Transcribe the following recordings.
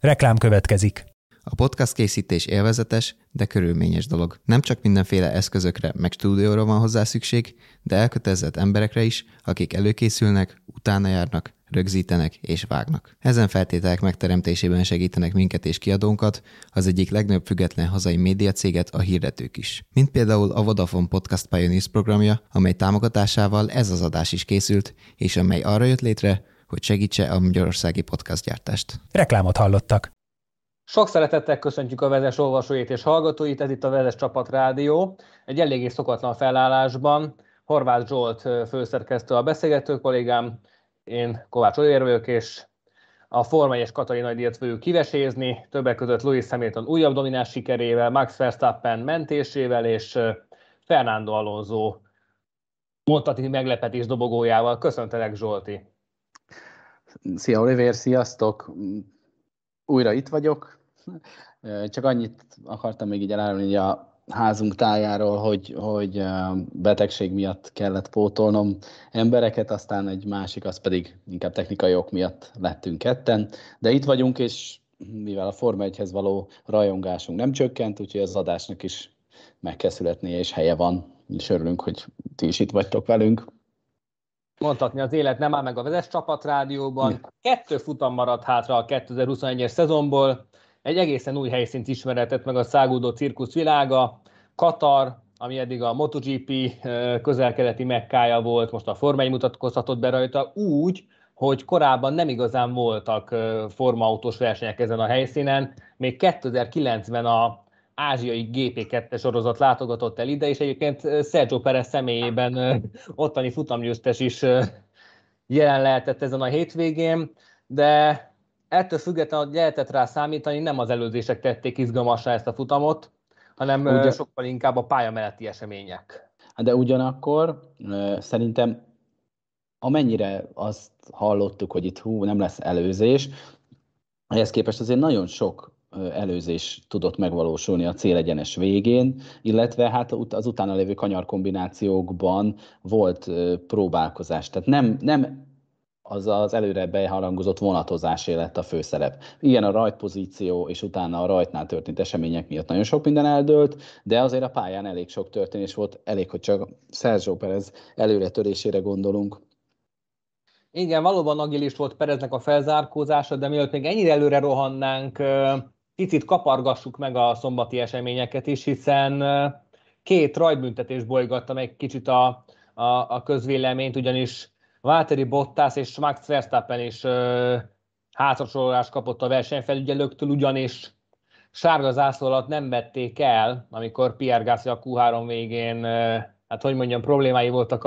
Reklám következik. A podcast készítés élvezetes, de körülményes dolog. Nem csak mindenféle eszközökre meg stúdióra van hozzá szükség, de elkötelezett emberekre is, akik előkészülnek, utána járnak, rögzítenek és vágnak. Ezen feltételek megteremtésében segítenek minket és kiadónkat, az egyik legnagyobb független hazai médiacéget, a hirdetők is. Mint például a Vodafone Podcast Pioneers programja, amely támogatásával ez az adás is készült, és amely arra jött létre, hogy segítse a magyarországi podcastgyártást. Reklámot hallottak. Sok szeretettel köszöntjük a Vezes olvasóit és hallgatóit, ez itt a Vezes Csapat Rádió. Egy eléggé szokatlan felállásban. Horváth Zsolt főszerkesztő a beszélgető kollégám, én Kovács Olivér vagyok, és a Forma 1-es Katalin díjat fogjuk kivesézni, többek között Lewis Hamilton újabb domináns sikerével, Max Verstappen mentésével és Fernando Alonso mondhatni meglepetés dobogójával. Köszöntelek, Zsolti! Szia Olivér, sziasztok! Újra itt vagyok. Csak annyit akartam még így elárulni a házunk tájáról, hogy betegség miatt kellett pótolnom embereket, aztán egy másik, az pedig inkább technikai ok miatt lettünk ketten. De itt vagyunk, és mivel a Forma 1-hez való rajongásunk nem csökkent, úgyhogy az adásnak is meg kell születnie, és helye van. És örülünk, hogy ti is itt vagytok velünk. Mondhatni, az élet nem áll meg a Vezes Csapat Rádióban. 2 futam maradt hátra a 2021-es szezonból. Egy egészen új helyszínt ismeretett meg a száguldó cirkusz világa. Katar, ami eddig a MotoGP közel-keleti mekkája volt, most a Forma 1 mutatkozhatott be rajta úgy, hogy korábban nem igazán voltak formaautós versenyek ezen a helyszínen. Még 2009-ben a ázsiai GP2 sorozat látogatott el ide, és egyébként Sergio Perez személyében ottani futamgyőztes is jelen lehetett ezen a hétvégén, de ettől függetlenül lehetett rá számítani, nem az előzések tették izgalmassá ezt a futamot, hanem sokkal inkább a pálya melletti események. De ugyanakkor szerintem amennyire azt hallottuk, hogy itt nem lesz előzés, ehhez képest azért nagyon sok előzés tudott megvalósulni a célegyenes végén, illetve hát az utána lévő kanyarkombinációkban volt próbálkozás. Tehát nem az előre beharangozott vonatozásé lett a főszerep. Ilyen a rajtpozíció, és utána a rajtnál történt események miatt nagyon sok minden eldőlt, de azért a pályán elég sok történés volt, elég, hogy csak Sergio Perez előretörésére gondolunk. Igen, valóban agilis volt Pereznek a felzárkózása, de mielőtt még ennyire előre rohannánk, picit kapargassuk meg a szombati eseményeket is, hiszen 2 rajtbüntetés bolygatta meg kicsit a közvéleményt, ugyanis Valtteri Bottas és Max Verstappen is hátrasorolást kapott a versenyfelügyelőktől, ugyanis sárga zászló alatt nem vették el, amikor Pierre Gasly a Q3 végén, problémái voltak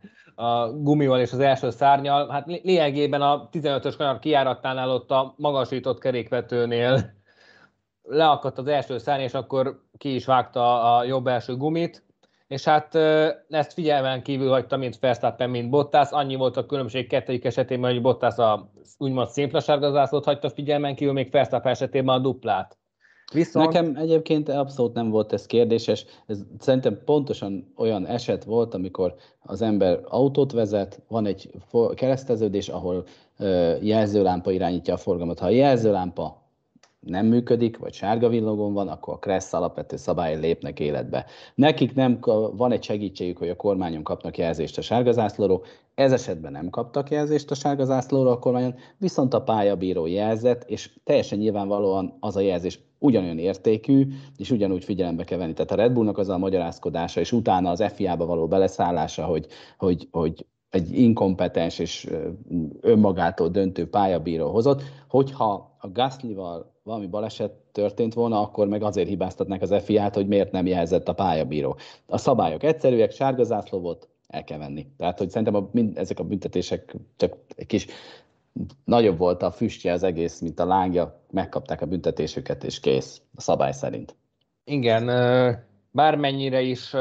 a gumival és az első szárnnyal. Hát lényegében a 15-ös kanyar kijáratánál ott a magasított kerékvetőnél leakadt az első szárny, és akkor ki is vágta a jobb első gumit, és hát ezt figyelmen kívül hagyta mind Verstappen, mind Bottas. Annyi volt a különbség kettőjük esetében, hogy Bottas úgymond szimpla sárga zászlót hagyta figyelmen kívül, még Verstappen esetében a duplát. Viszont... Nekem egyébként abszolút nem volt ez kérdéses. Ez szerintem pontosan olyan eset volt, amikor az ember autót vezet, van egy kereszteződés, ahol jelzőlámpa irányítja a forgalmat. Ha a jelzőlámpa nem működik, vagy sárga villogón van, akkor a KRESZ alapvető szabályai lépnek életbe. Nekik van egy segítségük, hogy a kormányon kapnak jelzést a sárgazászlóról, ez esetben nem kaptak jelzést a sárgazászlóról a kormányon, viszont a pályabíró jelzett, és teljesen nyilvánvalóan az a jelzés ugyanolyan értékű, és ugyanúgy figyelembe kell venni. Tehát a Red Bullnak az a magyarázkodása, és utána az FIA-ba való beleszállása, hogy egy inkompetens és önmagától döntő pályabíró hozott, hogyha a Gaslyval valami baleset történt volna, akkor meg azért hibáztatnák az FIA-t, hogy miért nem jelzett a pályabíró. A szabályok egyszerűek, sárga zászló volt, el kell venni. Tehát, hogy szerintem ezek a büntetések csak egy kis nagyobb volt a füstje az egész, mint a lángja, megkapták a büntetésüket, és kész, a szabály szerint. Igen, bármennyire is,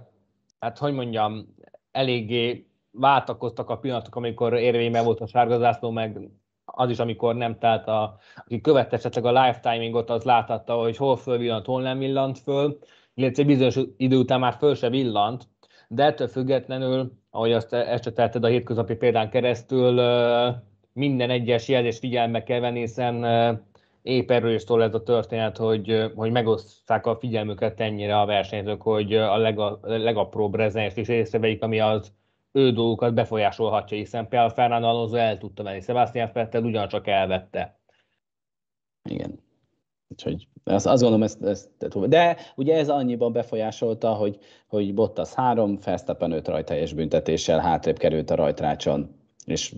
eléggé váltakoztak a pillanatok, amikor érvényben volt a sárga zászló, meg az is, amikor nem, tehát aki követte esetleg a live timingot, az láthatta, hogy hol fölvillant, hol nem villant föl, illetve bizonyos idő után már föl se villant, de ettől függetlenül, ahogy azt esetelted a hétköznapi példán keresztül, minden egyes jelzést figyelme kell venni, hiszen épp erről is szól ez a történet, hogy megosztják a figyelmüket ennyire a versenyzők, hogy a legapróbb rezzást is észrevegyik, ami az ő dolgukat befolyásolhatja, hiszen például Fernando Alonso el tudta menni, Sebastian Vettel ugyancsak elvette. Igen. Úgyhogy azt gondolom, de ugye ez annyiban befolyásolta, hogy Bottas 3, Verstappen 5 rajthelyes büntetéssel hátrébb került a rajtrácson, és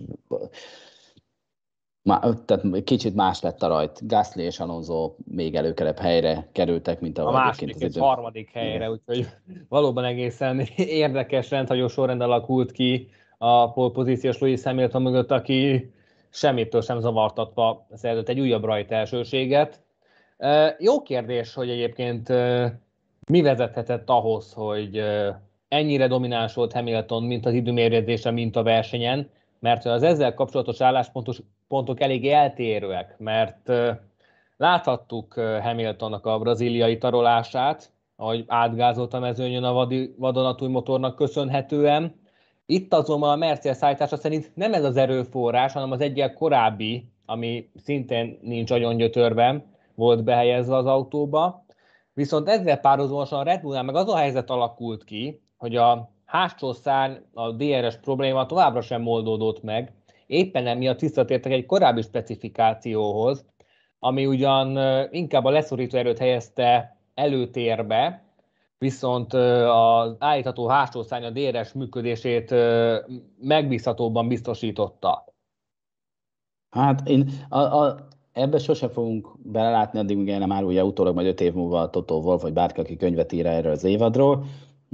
tehát kicsit más lett a rajt. Gasly és Alonso még előkelebb helyre kerültek, mint a második és harmadik helyre, igen. Úgyhogy valóban egészen érdekes rendhagyó sorrend alakult ki a pole pozíciós Lewis Hamilton mögött, aki semmitől sem zavartatva szerzett egy újabb rajt elsőséget. Jó kérdés, hogy egyébként mi vezethetett ahhoz, hogy ennyire domináns volt Hamilton, mint az időmérjegyzése, mint a versenyen, mert az ezzel kapcsolatos álláspontok eléggé eltérőek, mert láthattuk Hamiltonnak a brazíliai tarolását, ahogy átgázolt a mezőnyön a vadonatúj motornak köszönhetően. Itt azonban a Mercedes állítása szerint nem ez az erőforrás, hanem az egyel korábbi, ami szintén nincs agyongyötörben, volt behelyezve az autóba. Viszont ezzel párhuzamosan a Red Bullnál meg az a helyzet alakult ki, hogy a hátsó szárny, a DRS probléma továbbra sem oldódott meg, éppen emiatt visszatértek egy korábbi specifikációhoz, ami ugyan inkább a leszorító erőt helyezte előtérbe, viszont az állítható hátsó szárny a DRS működését megbízhatóbban biztosította. Hát ebbe sose fogunk belelátni, addig még nem árulja utólag majd 5 év múlva a Toto Wolff, vagy bárki, aki könyvet ír erről az évadról.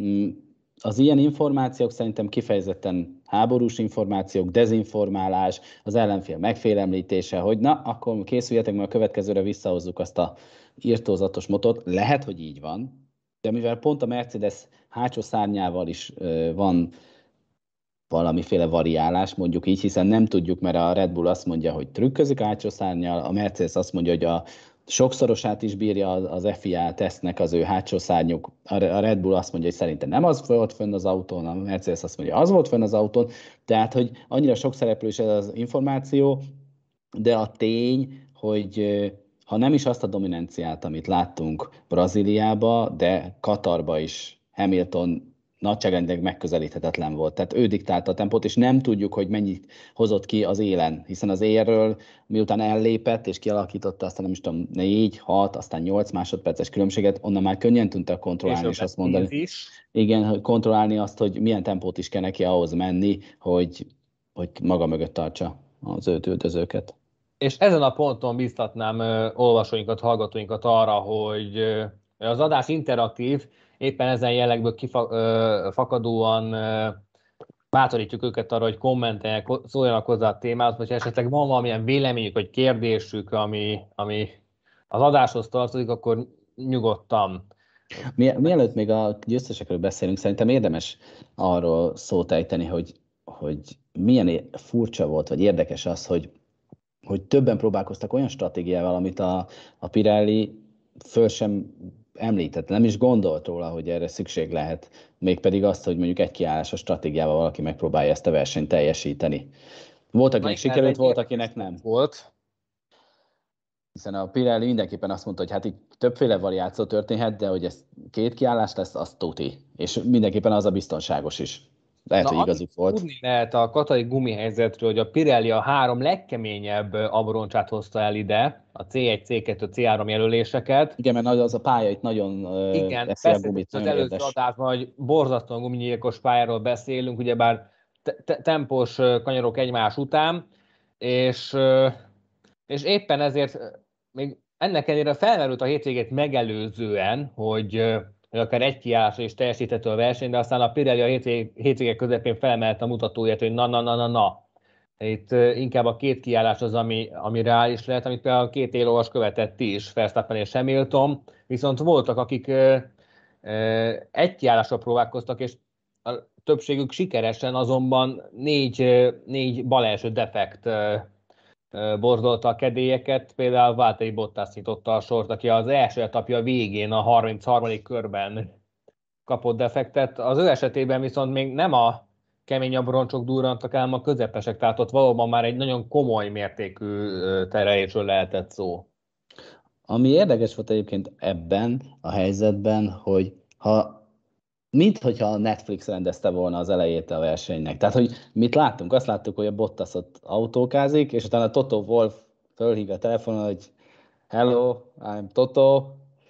Az ilyen információk szerintem kifejezetten háborús információk, dezinformálás, az ellenfél megfélemlítése, hogy na, akkor készüljetek, mert a következőre visszahozzuk azt a irtózatos motort. Lehet, hogy így van, de mivel pont a Mercedes hátsó szárnyával is van valamiféle variálás, mondjuk így, hiszen nem tudjuk, mert a Red Bull azt mondja, hogy trükközik a hátsó szárnnyal, a Mercedes azt mondja, hogy a sokszorosát is bírja az FIA tesztnek az ő hátsó szárnyuk. A Red Bull azt mondja, hogy szerintem nem az volt fönn az autón, a Mercedes azt mondja, az volt fönn az autón. Tehát, hogy annyira sok szereplős ez az információ, de a tény, hogy ha nem is azt a dominanciát, amit láttunk Brazíliába, de Katarba is Hamilton nagyságrendileg megközelíthetetlen volt. Tehát ő diktálta a tempót, és nem tudjuk, hogy mennyit hozott ki az élen, hiszen az élről, miután ellépett, és kialakította aztán nem is tudom, 4, 6, aztán 8 másodperces különbséget, onnan már könnyen tudta kontrollálni, és azt mondani. Igen, hogy kontrollálni azt, hogy milyen tempót is kell neki ahhoz menni, hogy maga mögött tartsa az őt üldözőket. És ezen a ponton biztatnám olvasóinkat, hallgatóinkat arra, hogy az adás interaktív, éppen ezen jellegből fakadóan bátorítjuk őket arra, hogy kommenteljenek, szóljanak hozzá a témához, hogy esetleg van valamilyen véleményük, vagy kérdésük, ami az adáshoz tartozik, akkor nyugodtan. Mielőtt még a győztesekről beszélünk, szerintem érdemes arról szót ejteni, hogy milyen furcsa volt, vagy érdekes az, hogy többen próbálkoztak olyan stratégiával, amit a Pirelli föl sem említett, nem is gondolt róla, hogy erre szükség lehet, mégpedig azt, hogy mondjuk egy kiállásos stratégiával valaki megpróbálja ezt a versenyt teljesíteni. Volt, akinek sikerült, volt, akinek nem. Volt. Hiszen a Pirelli mindenképpen azt mondta, hogy hát itt többféle variáció történhet, de hogy ez 2 kiállás lesz, az tuti. És mindenképpen az a biztonságos is. Lehet, hogy igazuk volt. Tudni lehet a katai gumihelyzetről, hogy a Pirelli a 3 legkeményebb abroncsát hozta el ide, a C1, C2, C3 jelöléseket. Igen, mert az a pálya itt nagyon eszi a gumit. Az előző adásban, hogy borzasztóan guminyílkos pályáról beszélünk, ugyebár tempós kanyarok egymás után, és éppen ezért még ennek ellenére felmerült a hétvégét megelőzően, hogy akár egy kiállásra is teljesíthető a verseny, de aztán a Pirelli a hétvége közepén felemelte a mutatóját, hogy na. Itt inkább a 2 kiállás az, ami reális lehet, amit például a 2 élovas követett is, Verstappen és Hamilton, viszont voltak, akik egy kiállásra próbálkoztak, és a többségük sikeresen, azonban 4 balelső defekt borzolta a kedélyeket, például Valtteri Bottas nyitotta a sort, aki az első etapja végén a 33. körben kapott defektet. Az ő esetében viszont még nem a kemény abroncsok durrantak, hanem a közepesek, tehát ott valóban már egy nagyon komoly mértékű terelésről lehetett szó. Ami érdekes volt egyébként ebben a helyzetben, hogy minthogyha a Netflix rendezte volna az elejét a versenynek. Tehát, hogy mit láttunk? Azt láttuk, hogy a Bottas ott autókázik, és utána Toto Wolff fölhívja a telefonon, hogy hello, I'm Toto,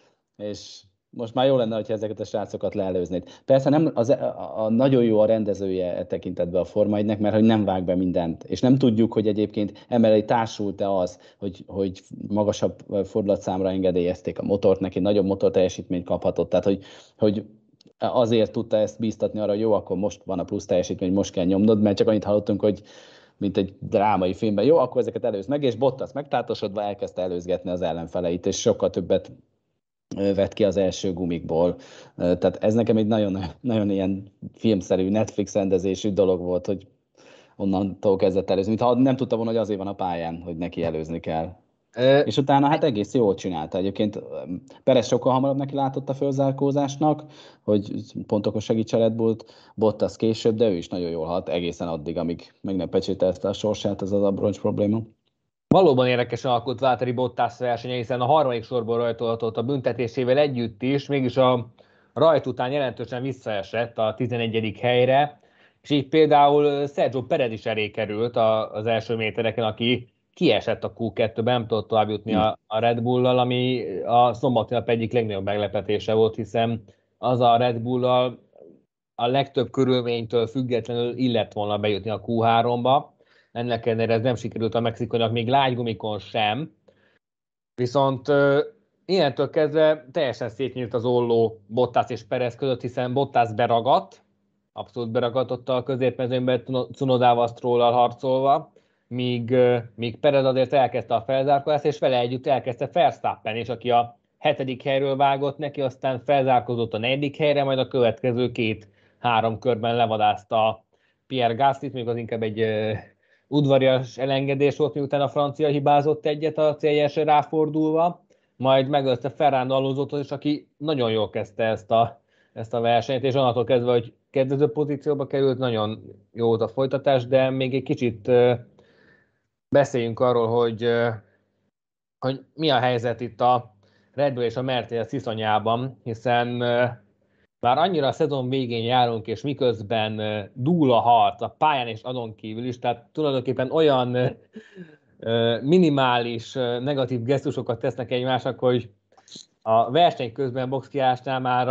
és most már jó lenne, hogyha ezeket a srácokat leelőznéd. Persze nem, nagyon jó a rendezője e tekintetben a Forma 1-nek, mert hogy nem vág be mindent. És nem tudjuk, hogy egyébként emellé társult-e az, hogy magasabb fordulatszámra engedélyezték a motort, neki nagyobb motorteljesítményt kaphatott. Tehát, hogy azért tudta ezt bíztatni arra, hogy jó, akkor most van a plusz teljesítmény, most kell nyomnod, mert csak annyit hallottunk, hogy mint egy drámai filmben, jó, akkor ezeket előz meg, és Bottas megtátosodva elkezdte előzgetni az ellenfeleit, és sokkal többet vett ki az első gumikból. Tehát ez nekem egy nagyon, nagyon ilyen filmszerű, Netflix rendezésű dolog volt, hogy onnantól kezdett előzni. Mintha nem tudta volna, hogy azért van a pályán, hogy neki előzni kell. És utána hát egész jól csinálta. Egyébként Perez sokkal hamarabb neki látott a fölzárkózásnak, hogy pontokon segítse Red Bullt, Bottas később, de ő is nagyon jól halt egészen addig, amíg meg nem pecsételte a sorsát, ez az abroncs probléma. Valóban érdekesen alakult Valtteri Bottas versenye, hiszen a harmadik sorból rajtolhatott a büntetésével együtt is, mégis a rajt után jelentősen visszaesett a 11. helyre, és így például Sergio Perez is elé került az első métereken, aki kiesett a Q2-ben, nem tudott tovább jutni a Red Bull-lal, ami a szombati nap egyik legnagyobb meglepetése volt, hiszen az a Red Bull-lal a legtöbb körülménytől függetlenül illett volna bejutni a Q3-ba. Ennek ellenére ez nem sikerült a mexikónak még lágygumikon sem. Viszont innentől kezdve teljesen szétnyílt az olló Bottas és Perez között, hiszen Bottas beragadt, abszolút beragadt a középmezőnyben Cunodával, Strollal harcolva, míg Perez azért elkezdte a felzárkózást, és vele együtt elkezdte Verstappen is, aki a 7. helyről vágott neki, aztán felzárkózott a 4. helyre, majd a következő 2-3 körben levadázta Pierre Gaslyt, még az inkább egy udvarias elengedés volt, miután a francia hibázott egyet a céljásra ráfordulva, majd megölte Fernando Alonsót is, aki nagyon jól kezdte ezt a versenyt, és onnantól kezdve, hogy kedvező pozícióba került, nagyon jó volt a folytatás, de még egy kicsit beszéljünk arról, hogy mi a helyzet itt a Red Bull és a Mercedes iszonyában, hiszen már annyira a szezon végén járunk, és miközben dúl a harc a pályán és azon kívül is, tehát tulajdonképpen olyan minimális negatív gesztusokat tesznek egymásnak, hogy a verseny közben boxkiásnál már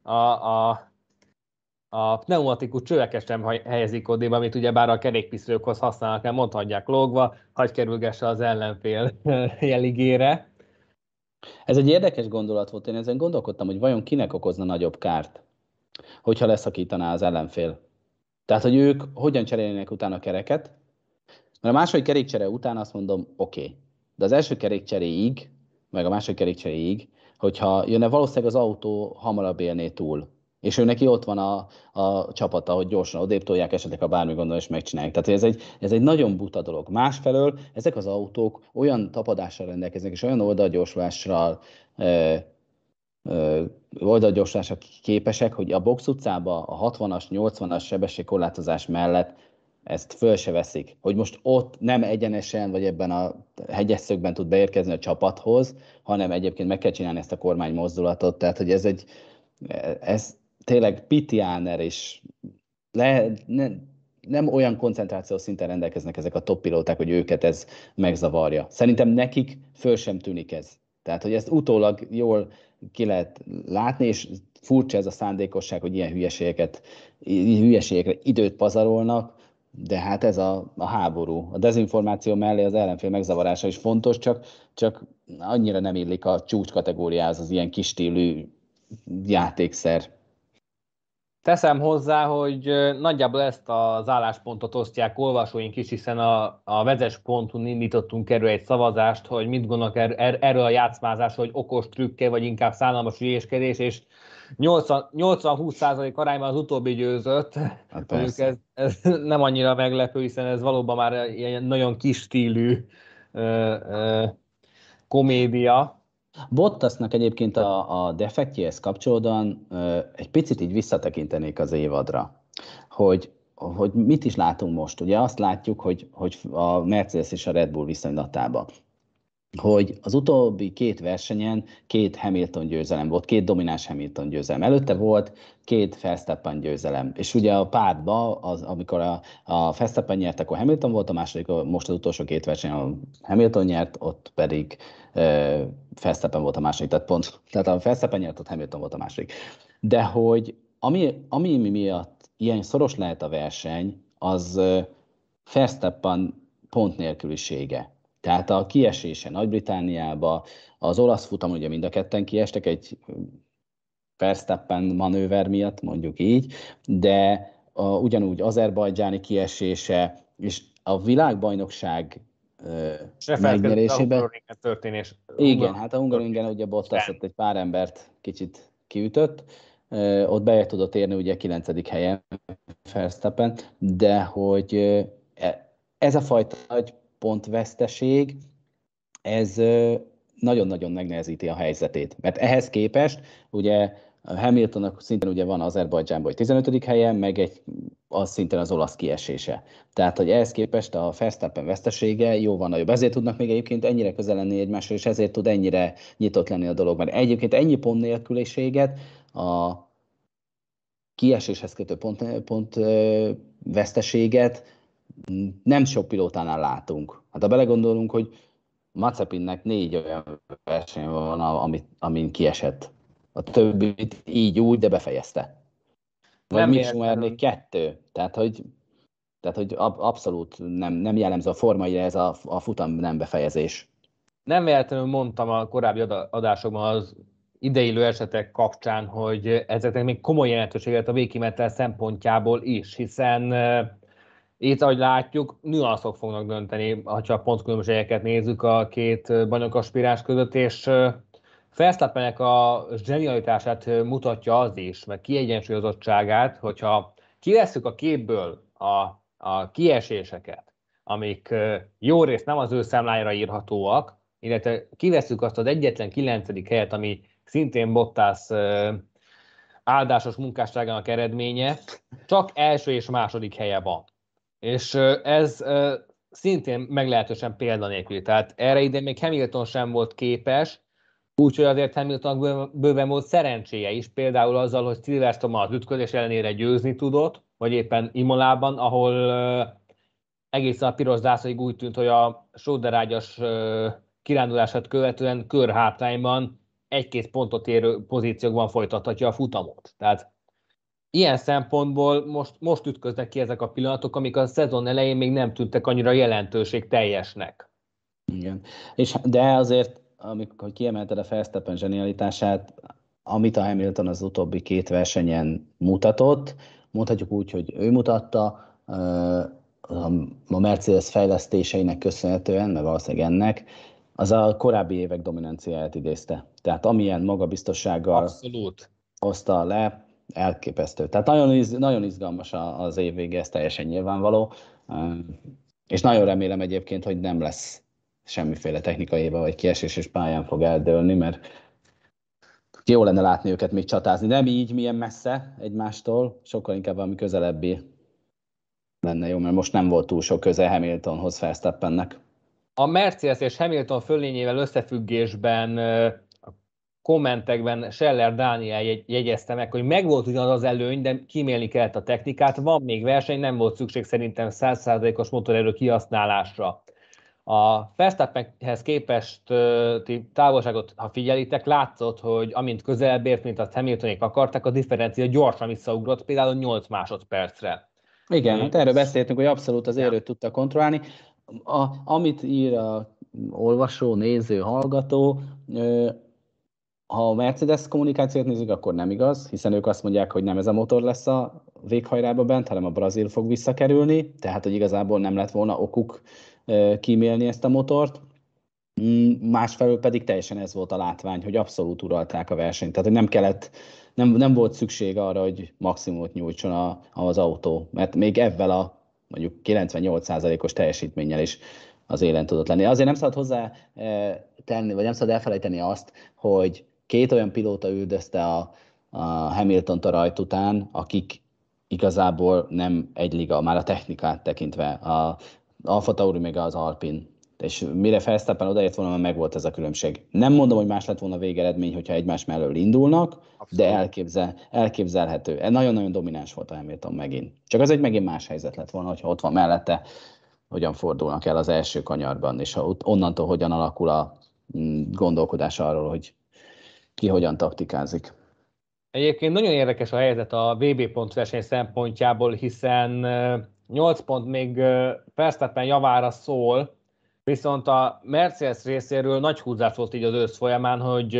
a pneumatikus csöveket sem helyezik odébb, amit ugyebár a kerékpisztőkhoz használnak, nem mondhatják lógva, hagy kerülgesse az ellenfél jeligére. Ez egy érdekes gondolat volt, én ezen gondolkodtam, hogy vajon kinek okozna nagyobb kárt, hogyha leszakítaná az ellenfél. Tehát, hogy ők hogyan cserélnének utána a kereket, mert a második kerékcsere után azt mondom, oké. De az első kerékcseréig, meg a második kerékcseréig, hogyha jönne, valószínűleg az autó hamarabb élné túl. És ő neki ott van a csapata, hogy gyorsan odébb tolják, esetleg ha bármi gondol, és megcsinálják. Tehát ez egy nagyon buta dolog. Másfelől ezek az autók olyan tapadással rendelkeznek, és olyan oldalgyorsulással oldalgyorsulásra képesek, hogy a box utcába a 60-as, 80-as sebességkorlátozás mellett ezt föl se veszik. Hogy most ott nem egyenesen, vagy ebben a hegyes szögben tud beérkezni a csapathoz, hanem egyébként meg kell csinálni ezt a kormány mozdulatot. Tehát, hogy ez tényleg pitiáner, és nem olyan koncentrációs szinten rendelkeznek ezek a top pilóták, hogy őket ez megzavarja. Szerintem nekik föl sem tűnik ez. Tehát, hogy ezt utólag jól ki lehet látni, és furcsa ez a szándékosság, hogy ilyen hülyeségekre időt pazarolnak, de hát ez a háború. A dezinformáció mellé az ellenfél megzavarása is fontos, csak annyira nem illik a csúcs kategóriához az ilyen kis stílű játékszer. Teszem hozzá, hogy nagyjából ezt az álláspontot osztják olvasóink is, hiszen a vezes.hu-n indítottunk erről egy szavazást, hogy mit gondolnak erről a játszmázás, hogy okos trükke, vagy inkább szánalmas hülyéskedés, és 80-20% arányban az utóbbi győzött. Hát ez nem annyira meglepő, hiszen ez valóban már ilyen nagyon kis stílű komédia. Bottasnak egyébként a defektjéhez kapcsolódóan egy picit így visszatekintenék az évadra, hogy mit is látunk most. Ugye azt látjuk, hogy a Mercedes és a Red Bull viszonylatában. hogy az utóbbi két versenyen két Hamilton győzelem volt, két domináns Hamilton győzelem. Előtte volt két Verstappen győzelem. És ugye a pártban, amikor a Verstappen nyert, akkor Hamilton volt, a második, most az utolsó két versenyen a Hamilton nyert, ott pedig Verstappen volt a második, tehát a Verstappen nyert, ott Hamilton volt a második. De hogy ami miatt ilyen szoros lehet a verseny, az Verstappen pont nélkülisége. Tehát a kiesése Nagy-Britanniába, az olasz futam, ugye mind a ketten kiestek egy Verstappen manőver miatt, mondjuk így, de ugyanúgy azerbajdzsáni kiesése, és a világbajnokság megnyerésében. Történés. Igen, hát a Hungaroringen ugye Bottas ott egy pár embert kicsit kiütött, ott be tudott érni ugye 9. helyen Verstappen, de hogy ez a fajta nagy pontveszteség, ez nagyon-nagyon megnehezíti a helyzetét. Mert ehhez képest ugye Hamiltonnak szintén ugye van Azerbajdzsánban, hogy 15. helyen, meg az szintén az olasz kiesése. Tehát, hogy ehhez képest a Verstappen vesztesége jóval nagyobb. Ezért tudnak még egyébként ennyire közel lenni egymásra, és ezért tud ennyire nyitott lenni a dolog. Mert egyébként ennyi pont nélküliséget a kieséshez kötő pont veszteséget nem sok pilótánál látunk. Hát ha belegondolunk, hogy Mazepinnek 4 olyan verseny van, amin kiesett. A többit így úgy, de befejezte. Vagy Mick Schumachernék 2. Tehát, hogy abszolút nem jellemző a formaira ez a futam nem befejezés. Nem véletlenül mondtam a korábbi adásokban az ideillő esetek kapcsán, hogy ezeknek még komoly jelentőséget a végkimenetel szempontjából is, hiszen itt, ahogy látjuk, nüanszok fognak dönteni, ha csak pontkülönbségeket nézzük a két bajnokaspirás között, és Verstappennek a zsenialitását mutatja az is, meg kiegyensúlyozottságát, hogyha kivesszük a képből a kieséseket, amik jó részt nem az ő számlájára írhatóak, illetve kivesszük azt az egyetlen 9. helyet, ami szintén Bottas áldásos munkásságának eredménye, csak első és második helye van. És ez szintén meglehetősen példanélküli. Tehát erre idén még Hamilton sem volt képes, úgyhogy azért Hamiltonnak bőven volt szerencséje is, például azzal, hogy Silverstone az ütközés ellenére győzni tudott, vagy éppen Imolában, ahol egészen a piros zászlóig úgy tűnt, hogy a sóderágyas kirándulását követően körhátrányban egy-két pontot érő pozíciókban folytathatja a futamot. Tehát ilyen szempontból most ütköznek ki ezek a pillanatok, amik a szezon elején még nem tűntek annyira jelentőség teljesnek. Igen. De azért, amikor kiemelted a Verstappen zsenialitását, amit a Hamilton az utóbbi két versenyen mutatott, mondhatjuk úgy, hogy ő mutatta, a Mercedes fejlesztéseinek köszönhetően, meg valószínűleg ennek, az a korábbi évek dominanciáját idézte. Tehát amilyen magabiztossággal Abszolút hozta le, elképesztő. Tehát nagyon izgalmas az év vége, ez teljesen nyilvánvaló, és nagyon remélem egyébként, hogy nem lesz semmiféle technikai éve vagy kiesés, és pályán fog eldőlni, mert jó lenne látni őket még csatázni. Nem így milyen messze egymástól, sokkal inkább valami közelebbi lenne jó, mert most nem volt túl sok köze Hamiltonhoz, Verstappennek. A Mercedes és Hamilton fölényével összefüggésben a kommentekben Scheller Dániel jegyezte meg, hogy megvolt ugyanaz az előny, de kímélni kellett a technikát, van még verseny, nem volt szükség szerintem 100%-os motorerő kihasználásra. A Verstappenhez képest távolságot, ha figyelitek, látszott, hogy amint közelebb ért, mint azt Hamiltonék akarták, a differencia gyorsan visszaugrott, például 8 másodpercre. Igen, hát erről beszéltünk, hogy abszolút az érőt tudta kontrollálni. Amit ír a olvasó, néző, hallgató, ha a Mercedes kommunikációt nézzük, akkor nem igaz, hiszen ők azt mondják, hogy nem ez a motor lesz a véghajrába bent, hanem a brazil fog visszakerülni, tehát hogy igazából nem lett volna okuk kímélni ezt a motort. Másfelől pedig teljesen ez volt a látvány, hogy abszolút uralták a versenyt. Tehát, hogy nem volt szükség arra, hogy maximumot nyújtson az autó, mert még ebben a mondjuk 98%-os teljesítménnyel is az élen tudott lenni. Azért nem szabad hozzá tenni, vagy nem szabad elfelejteni azt, hogy két olyan pilóta üldözte a Hamilton-t a rajt után, akik igazából nem egy liga, már a technikát tekintve, a Alfa Tauri meg az Alpine. És mire Verstappen odaért volna, mert megvolt ez a különbség. Nem mondom, hogy más lett volna a végeredmény, hogyha egymás mellől indulnak, Abszolút. de elképzelhető. Nagyon-nagyon domináns volt a Hamilton megint. Csak az egy megint más helyzet lett volna, hogyha ott van mellette, hogyan fordulnak el az első kanyarban, és onnantól hogyan alakul a gondolkodás arról, hogy ki hogyan taktikázik. Egyébként nagyon érdekes a helyzet a VB pont verseny szempontjából, hiszen 8 pont még Verstappen javára szól, viszont a Mercedes részéről nagy húzás volt így az ősz folyamán, hogy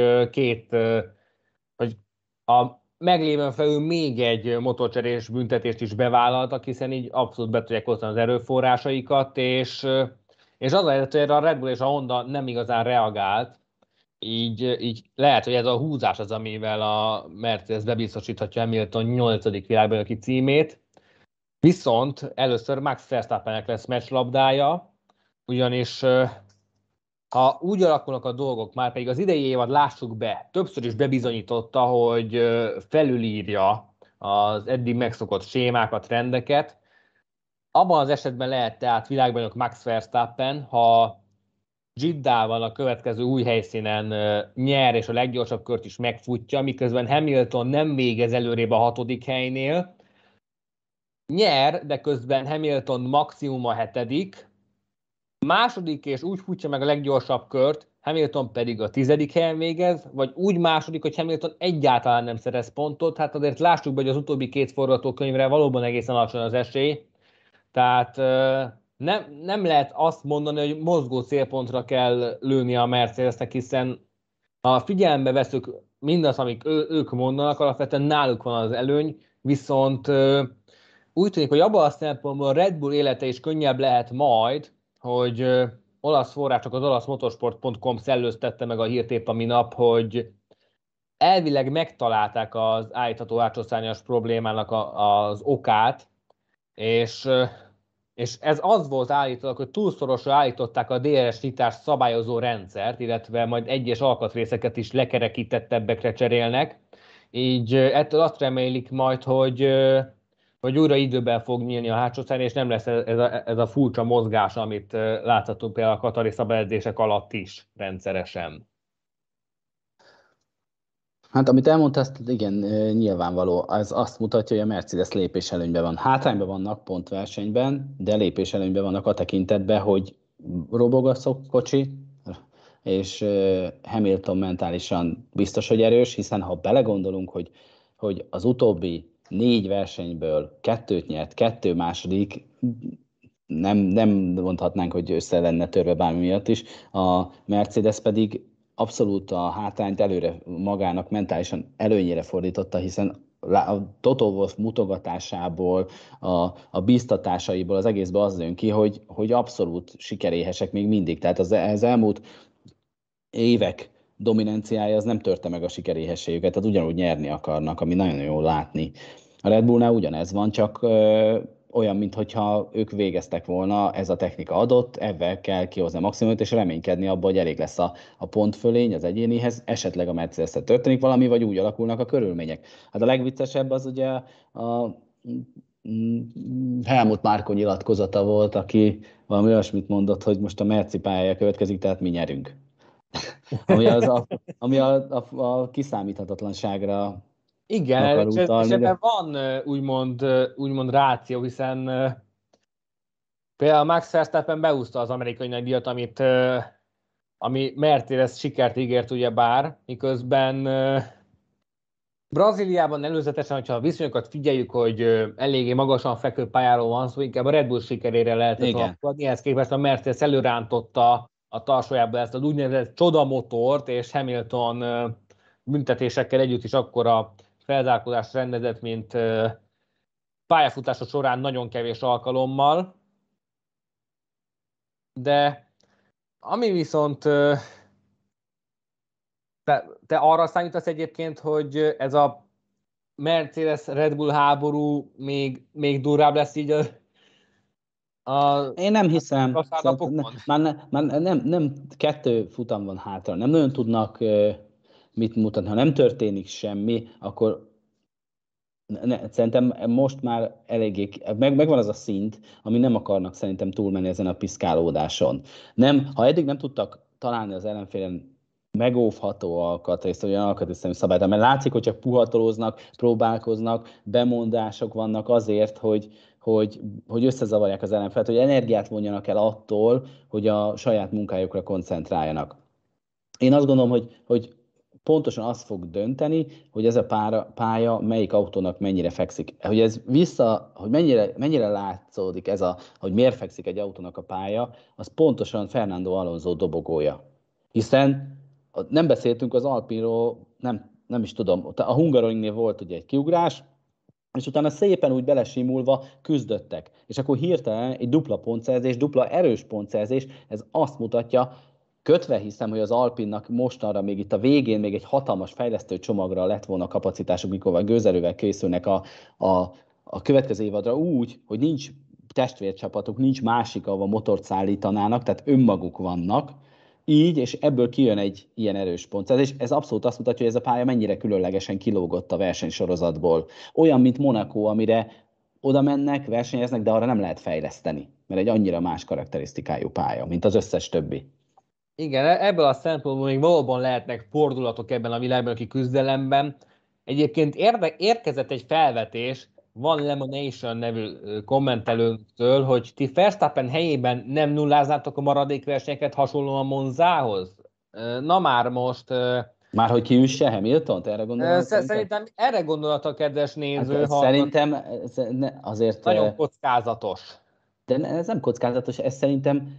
hogy a meglévőn felül még egy motorcserés büntetést is bevállaltak, hiszen így abszolút be tudják hozni az erőforrásaikat, és az a helyzet, hogy a Red Bull és a Honda nem igazán reagált, így lehet, hogy ez a húzás az, amivel a Mercedes bebiztosíthatja Hamilton 8. világbajnoki címét. Viszont először Max Verstappennek lesz meccslabdája, ugyanis ha úgy alakulnak a dolgok, már pedig az idei évad lássuk be, többször is bebizonyította, hogy felülírja az eddig megszokott sémákat, rendeket. Abban az esetben lehet tehát világbajnok Max Verstappen, ha Jiddában a következő új helyszínen nyer, és a leggyorsabb kört is megfutja, miközben Hamilton nem végez előrébb a 6. helynél. Nyer, de közben Hamilton maximum a 7. Második, és úgy futja meg a leggyorsabb kört, Hamilton pedig a 10. helyen végez, vagy úgy második, hogy Hamilton egyáltalán nem szerez pontot. Hát azért lássuk be, hogy az utóbbi 2 forgatókönyvre valóban egészen alacsony az esély. Tehát nem lehet azt mondani, hogy mozgó célpontra kell lőni a Mercedesnek, hiszen ha figyelembe veszük mindazt, amit ők mondanak, alapvetően náluk van az előny, viszont úgy tűnik, hogy abban a szempontból a Red Bull élete is könnyebb lehet majd, hogy olasz források, az olaszmotorsport.com szellőztette meg a hírt épp a minap, hogy elvileg megtalálták az állítható átsorszányos problémának az okát, és ez az volt állítólag, hogy túlszorosra állították a DRS nyitás szabályozó rendszert, illetve majd egyes alkatrészeket is lekerekítettebbekre cserélnek. Így ettől azt remélik majd, hogy újra időben fog nyílni a hátsó szárny, és nem lesz ez a furcsa mozgás, amit láthatunk például a katari szabályozások alatt is rendszeresen. Hát amit elmondtál, igen, nyilvánvaló. Ez azt mutatja, hogy a Mercedes lépéselőnyben van. Hátrányban vannak pontversenyben, de lépéselőnyben vannak a tekintetben, hogy robog a kocsi, és Hamilton mentálisan biztos, hogy erős, hiszen ha belegondolunk, hogy az utóbbi 4 versenyből 2 nyert, 2 második, nem mondhatnánk, hogy össze lenne törve bármi miatt is. A Mercedes pedig abszolút a hátrányt előre magának mentálisan előnyére fordította, hiszen a Toto Wolff mutogatásából, a bíztatásaiból az egészben az jön ki, hogy abszolút sikeréhesek még mindig. Tehát az elmúlt évek dominanciája az nem törte meg a sikeréhességüket, tehát ugyanúgy nyerni akarnak, ami nagyon jól látni. A Red Bullnál ugyanez van, csak olyan, mintha ők végeztek volna, ez a technika adott, ebben kell kihozni a maximumot, és reménykedni abban, hogy elég lesz a pontfölény az egyénihez, esetleg a Mercedes-tel történik valami, vagy úgy alakulnak a körülmények. Hát a legviccesebb az ugye a Helmut Márko nyilatkozata volt, aki valami olyasmit mondott, hogy most a Merci pályája következik, tehát mi nyerünk. ami a kiszámíthatatlanságra igen, akar és utalni. ebben van úgymond ráció, hiszen például Max Verstappen beúszta az amerikai nagydíjat, ami Mercedes sikert ígért ugyebár, miközben Brazíliában előzetesen, hogyha a viszonyokat figyeljük, hogy eléggé magasan fekvő pályáról van szó, inkább a Red Bull sikerére lehetett alkalmazni. Ehhez képest a Mercedes előrántotta a tarsójába ezt az úgynevezett csodamotort, és Hamilton büntetésekkel együtt is akkora felzárkózást rendezett, mint pályafutása során nagyon kevés alkalommal. De ami viszont te arra számítasz egyébként, hogy ez a Mercedes-Red Bull háború még durvább lesz így én nem hiszem. Már nem 2 futam van hátra. Nem nagyon tudnak mit mutatni. Ha nem történik semmi, akkor Szerintem most már eléggé, megvan az a szint, ami nem akarnak szerintem túlmenni ezen a piszkálódáson. Nem, ha eddig nem tudtak találni az ellenfélen megóvható alkatrészt, olyan alkatrészszerű szabályt, mert látszik, hogy csak puhatolóznak, próbálkoznak, bemondások vannak azért, hogy összezavarják az ellenfelet, hogy energiát vonjanak el attól, hogy a saját munkájukra koncentráljanak. Én azt gondolom, hogy pontosan azt fog dönteni, hogy ez a pálya melyik autónak mennyire fekszik. Hogy ez hogy mennyire látszódik hogy miért fekszik egy autónak a pálya, az pontosan Fernando Alonso dobogója. Hiszen nem beszéltünk az Alpinról, nem is tudom, a Hungaroringnél volt ugye egy kiugrás, és utána szépen úgy belesimulva küzdöttek. És akkor hirtelen egy dupla pontszerzés, dupla erős pontszerzés, ez azt mutatja, kötve hiszem, hogy az Alpinnak mostanra még itt a végén még egy hatalmas fejlesztő csomagra lett volna kapacitásuk, mikor a gőzerővel készülnek a következő évadra úgy, hogy nincs testvércsapatuk, nincs másik, ahol motort szállítanának, tehát önmaguk vannak, így, és ebből kijön egy ilyen erős pontszerzés. Ez abszolút azt mutatja, hogy ez a pálya mennyire különlegesen kilógott a versenysorozatból. Olyan, mint Monaco, amire oda mennek, versenyeznek, de arra nem lehet fejleszteni, mert egy annyira más karakterisztikájú pálya, mint az összes többi. Igen, ebből a szempontból még valóban lehetnek fordulatok ebben a világbajnoki küzdelemben. Egyébként érkezett egy felvetés, van Lemonation nevű kommentelőnktől, hogy ti Verstappen helyében nem nulláznátok a maradék versenyeket hasonlóan Monzához? Na már most... Már hogy kiüsse Hamiltont? Erre gondolod? Szerintem erre gondolat a kedves néző. Hát, szerintem azért... Nagyon kockázatos. De ez nem kockázatos, ez szerintem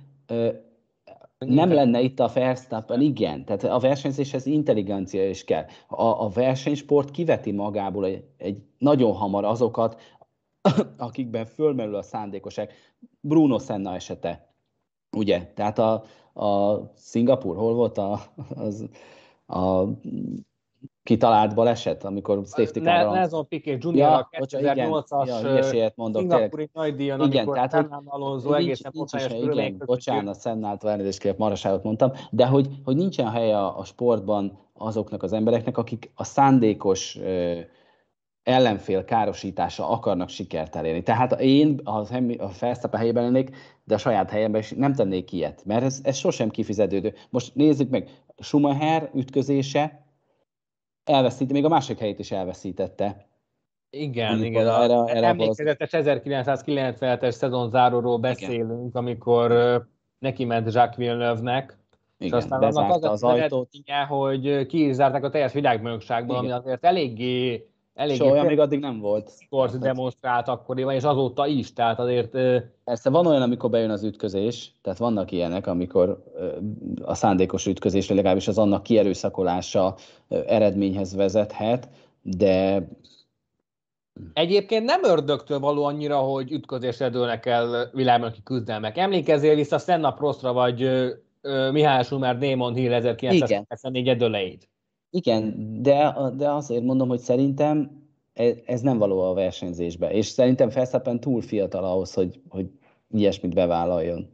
nem lenne itt a Verstappen, igen. Tehát a versenyzéshez intelligencia is kell. A versenysport kiveti magából egy nagyon hamar azokat, akikben fölmerül a szándékosság. Bruno Senna esete, ugye? Tehát a Szingapur, hol volt a kitalált baleset, amikor safety car-ral... Nelson Piquet Jr. a 2008-as szingapúri nagydíjon, amikor Fernando Alonso egészen botrányos körülmények között. Bocsánat, Sennától elnézést kérek, maraságot mondtam, de hogy nincsen helye a sportban azoknak az embereknek, akik a szándékos ellenfél károsítása akarnak sikert elérni. Tehát én a Verstappen helyében lennék, de a saját helyemben is nem tennék ilyet, mert ez sosem kifizetődő. Most nézzük meg, Schumacher ütközése elveszítette, még a másik helyét is elveszítette. Igen. Emlékezetes 1997-es szezonzáróról beszélünk, amikor neki ment Jacques Villeneuve-nek, és aztán annak az eredménye, hogy ki is zárták a teljes világbajnokságból, ami azért eléggé olyan még addig nem volt. Sport demonstrált akkoriban, és azóta is, tehát azért... Persze van olyan, amikor bejön az ütközés, tehát vannak ilyenek, amikor a szándékos ütközés, legalábbis az annak kierőszakolása eredményhez vezethet, de... Egyébként nem ördögtől való annyira, hogy ütközésre dőlnek el világbajnoki küzdelmek. Emlékezzél vissza Senna Prostra vagy Mihály Schumacher Damon Hill 1994 edőleit. Igen, de azért mondom, hogy szerintem ez nem való a versenyzésbe, és szerintem Verstappen túl fiatal ahhoz, hogy ilyesmit bevállaljon.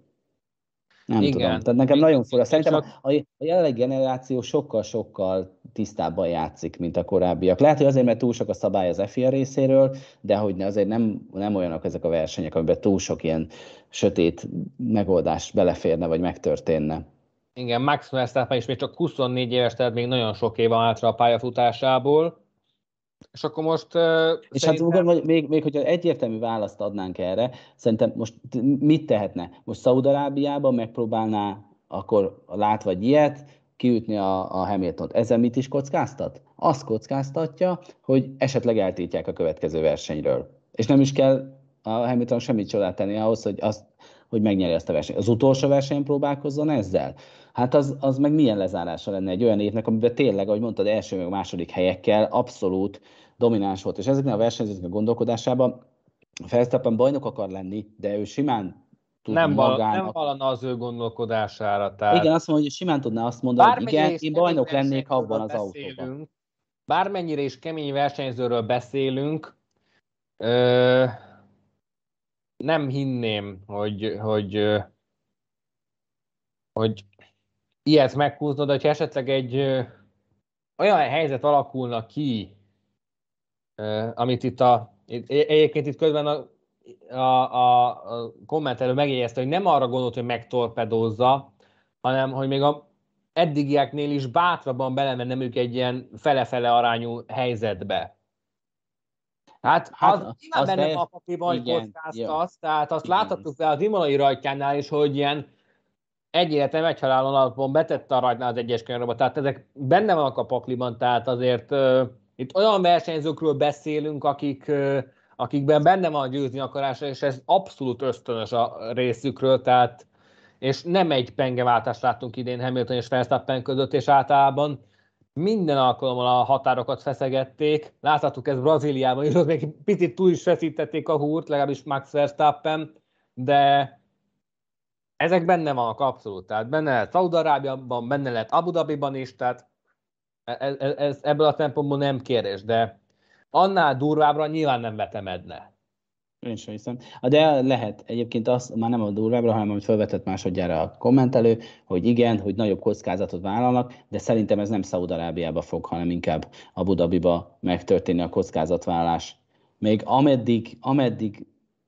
Nem tudom. Tehát nekem nagyon fura. Szerintem a jelenlegi generáció sokkal-sokkal tisztábban játszik, mint a korábbiak. Lehet, hogy azért, mert túl sok a szabály az FIA részéről, de hogy azért nem olyanok ezek a versenyek, amiben túl sok ilyen sötét megoldás beleférne, vagy megtörténne. Igen, Max Verstappen is még csak 24 éves, tehát még nagyon sok év van hátra a pályafutásából. És akkor most... és szerintem... hát még hogyha egyértelmű választ adnánk erre, szerintem most mit tehetne? Most Szaúd-Arábiában megpróbálná, akkor látva egy ilyet, kiütni a Hamiltont. Ezzel mit is kockáztat? Azt kockáztatja, hogy esetleg eltiltják a következő versenyről. És nem is kell a Hamilton semmit csodát tenni ahhoz, hogy megnyeri ezt a versenyt. Az utolsó versenyen próbálkozzon ezzel? Hát az meg milyen lezárása lenne egy olyan évnek, amiben tényleg, ahogy mondtad, első meg második helyekkel abszolút domináns volt. És ezeknek a versenyzőknek a gondolkodásában Verstappen bajnok akar lenni, de ő simán tud magának... Nem valana az ő gondolkodására. Tehát... Igen, azt mondja, hogy simán tudná azt mondani, hogy igen, én bajnok lennék abban az autóban. Bármennyire is kemény versenyzőről beszélünk, nem hinném, hogy ilyet meghúznod, de ha esetleg egy olyan helyzet alakulna ki, amit egyébként itt közben a kommentelő megjegyezte, hogy nem arra gondolt, hogy megtorpedózza, hanem hogy még a eddigieknél is bátrabban belemenne ők egy ilyen fele-fele arányú helyzetbe. Hát az nyilván benne van a pakliban, hogy kockáztasz, tehát azt láthattuk fel az imolai rajtjánál is, hogy ilyen egy életem, egy halálon alapon betette a rajtnál az egyes kanyarba, tehát ezek benne vannak a pakliban, tehát azért itt olyan versenyzőkről beszélünk, akikben benne van a győzni akarása, és ez abszolút ösztönös a részükről, tehát és nem egy pengeváltást láttunk idén Hamilton és Verstappen között, és általában minden alkalommal a határokat feszegették. Láthattuk ezt Brazíliában is, ott még picit túl is feszítették a húrt, legalábbis Max Verstappen, de ezek benne vannak abszolút. Tehát benne lehet Szaúd-Arábiában, benne lehet Abu Dhabiban is, tehát ez ebből a szempontból nem kérdés, de annál durvábbra nyilván nem vetemedne. Én sem hiszem. De lehet egyébként az, már nem a durvábbra, hanem amit felvetett másodjára a kommentelő, hogy igen, hogy nagyobb kockázatot vállalnak, de szerintem ez nem Szaúd-Arábiába fog, hanem inkább Abu Dhabiba megtörténni a kockázatvállalás. Még ameddig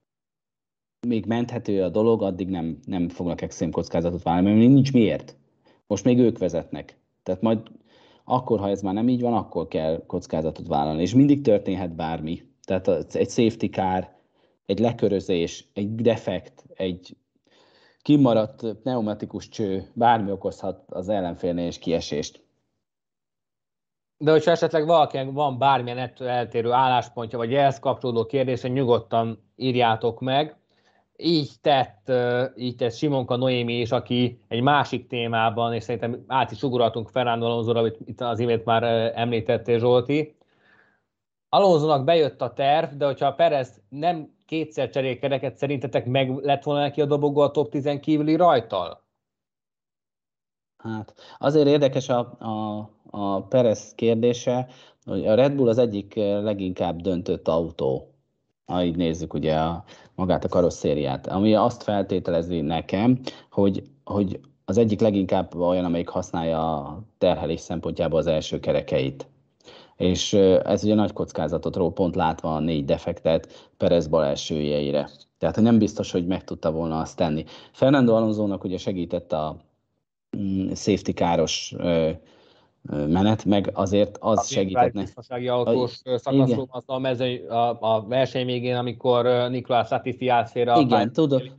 még menthető a dolog, addig nem fognak extrém kockázatot vállalni, mert nincs miért. Most még ők vezetnek. Tehát majd akkor, ha ez már nem így van, akkor kell kockázatot vállalni. És mindig történhet bármi. Tehát egy safety car, egy lekörözés, egy defekt, egy kimaradt pneumatikus cső, bármi okozhat az ellenfélnél és kiesést. De hogyha esetleg valakinek van bármilyen ettől eltérő álláspontja, vagy ehhez kapcsolódó kérdése, nyugodtan írjátok meg. Így tett Simonka Noémi is, aki egy másik témában, és szerintem át is ugorhatunk Fernando Alonsóra, amit itt az imént már említettél, Zsolti. Alonsónak bejött a terv, de hogyha a Perez nem kétszer cserél kereket, szerintetek meg lett volna neki a dobogó a top 10 kívüli rajttal? Hát azért érdekes a Perez kérdése, hogy a Red Bull az egyik leginkább döntött autó, ha így nézzük ugye magát a karosszériát, ami azt feltételezi nekem, hogy az egyik leginkább olyan, amelyik használja a terhelés szempontjából az első kerekeit. És ez ugye nagy kockázatot ró, pont látva a 4 defektet Perez bal elsőjeire. Tehát nem biztos, hogy meg tudta volna azt tenni. Fernando Alonsónak ugye segített a safety káros menet, meg azért az segített. Biztonsági autós szakaszról a mezőny a verseny végén, amikor Nicolas Latifi állt félre. Igen,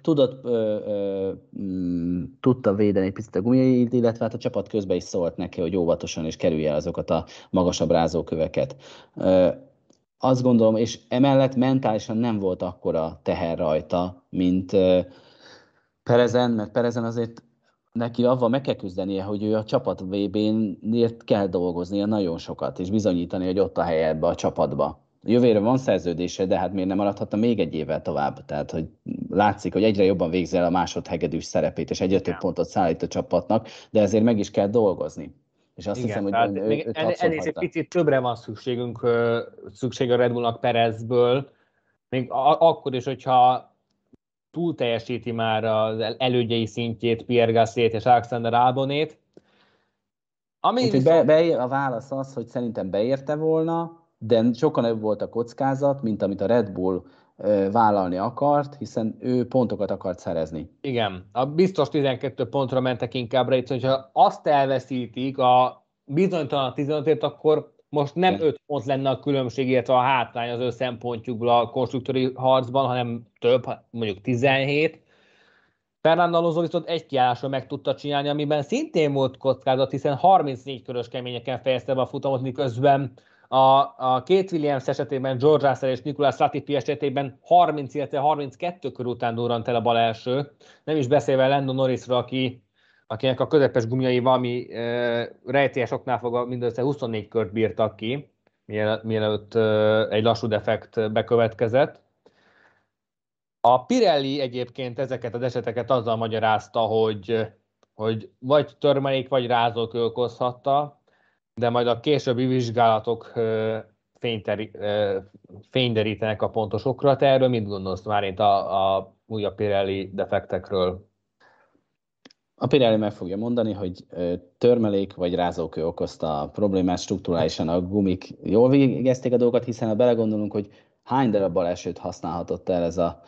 tudta védeni egy picit a gumijait, illetve hát a csapat közben is szólt neki, hogy óvatosan és kerülje el azokat a magasabb rázóköveket. Azt gondolom, és emellett mentálisan nem volt akkora teher rajta, mint Perezen, mert Perezen azért neki avval meg kell küzdenie, hogy ő a csapat VB-nért kell dolgoznia nagyon sokat, és bizonyítani, hogy ott a helye ebbe a csapatba. Jövőre van szerződése, de hát miért nem maradhatta még egy évvel tovább? Tehát, hogy látszik, hogy egyre jobban végzi el a másodhegedűs szerepét, és egyre több pontot szállít a csapatnak, de ezért meg is kell dolgozni. És azt hiszem, hogy ennél egy picit többre van szükség a Red Bullnak Perezből, még akkor is, hogyha túl teljesíti már az elődjei szintjét, Pierre Gaslyt és Alexander Albonét. A válasz az, hogy szerintem beérte volna, de sokkal nagyobb volt a kockázat, mint amit a Red Bull vállalni akart, hiszen ő pontokat akart szerezni. Igen, a biztos 12 pontra mentek inkább rá, hogyha azt elveszítik a bizonytalan 15-ért, akkor most nem 5 pont lenne a különbség, illetve a hátrány az ő szempontjukból a konstruktőri harcban, hanem több, mondjuk 17. Fernando Alonso viszont egy kiállásra meg tudta csinálni, amiben szintén volt kockázat, hiszen 34 körös keményeken fejezte be a futamot, miközben a két Williams esetében, George Russell és Nicolas Latifi esetében 30, illetve 32 kör után durrant el a bal első. Nem is beszélve Lando Norrisról, akinek a közepes gumiai valami rejtélyes oknál fogva mindössze 24 kört bírtak ki, mielőtt egy lassú defekt bekövetkezett. A Pirelli egyébként ezeket az eseteket azzal magyarázta, hogy vagy törmelék, vagy rázókő okozhatta, de majd a későbbi vizsgálatok fényderítenek a pontosokra. Te erről mit gondolsz már a újabb Pirelli defektekről? A Pirelli meg fogja mondani, hogy törmelék vagy rázókő okozta a problémát, strukturálisan a gumik jól végezték a dolgokat, hiszen ha belegondolunk, hogy hány darab baleset használhatott el ez a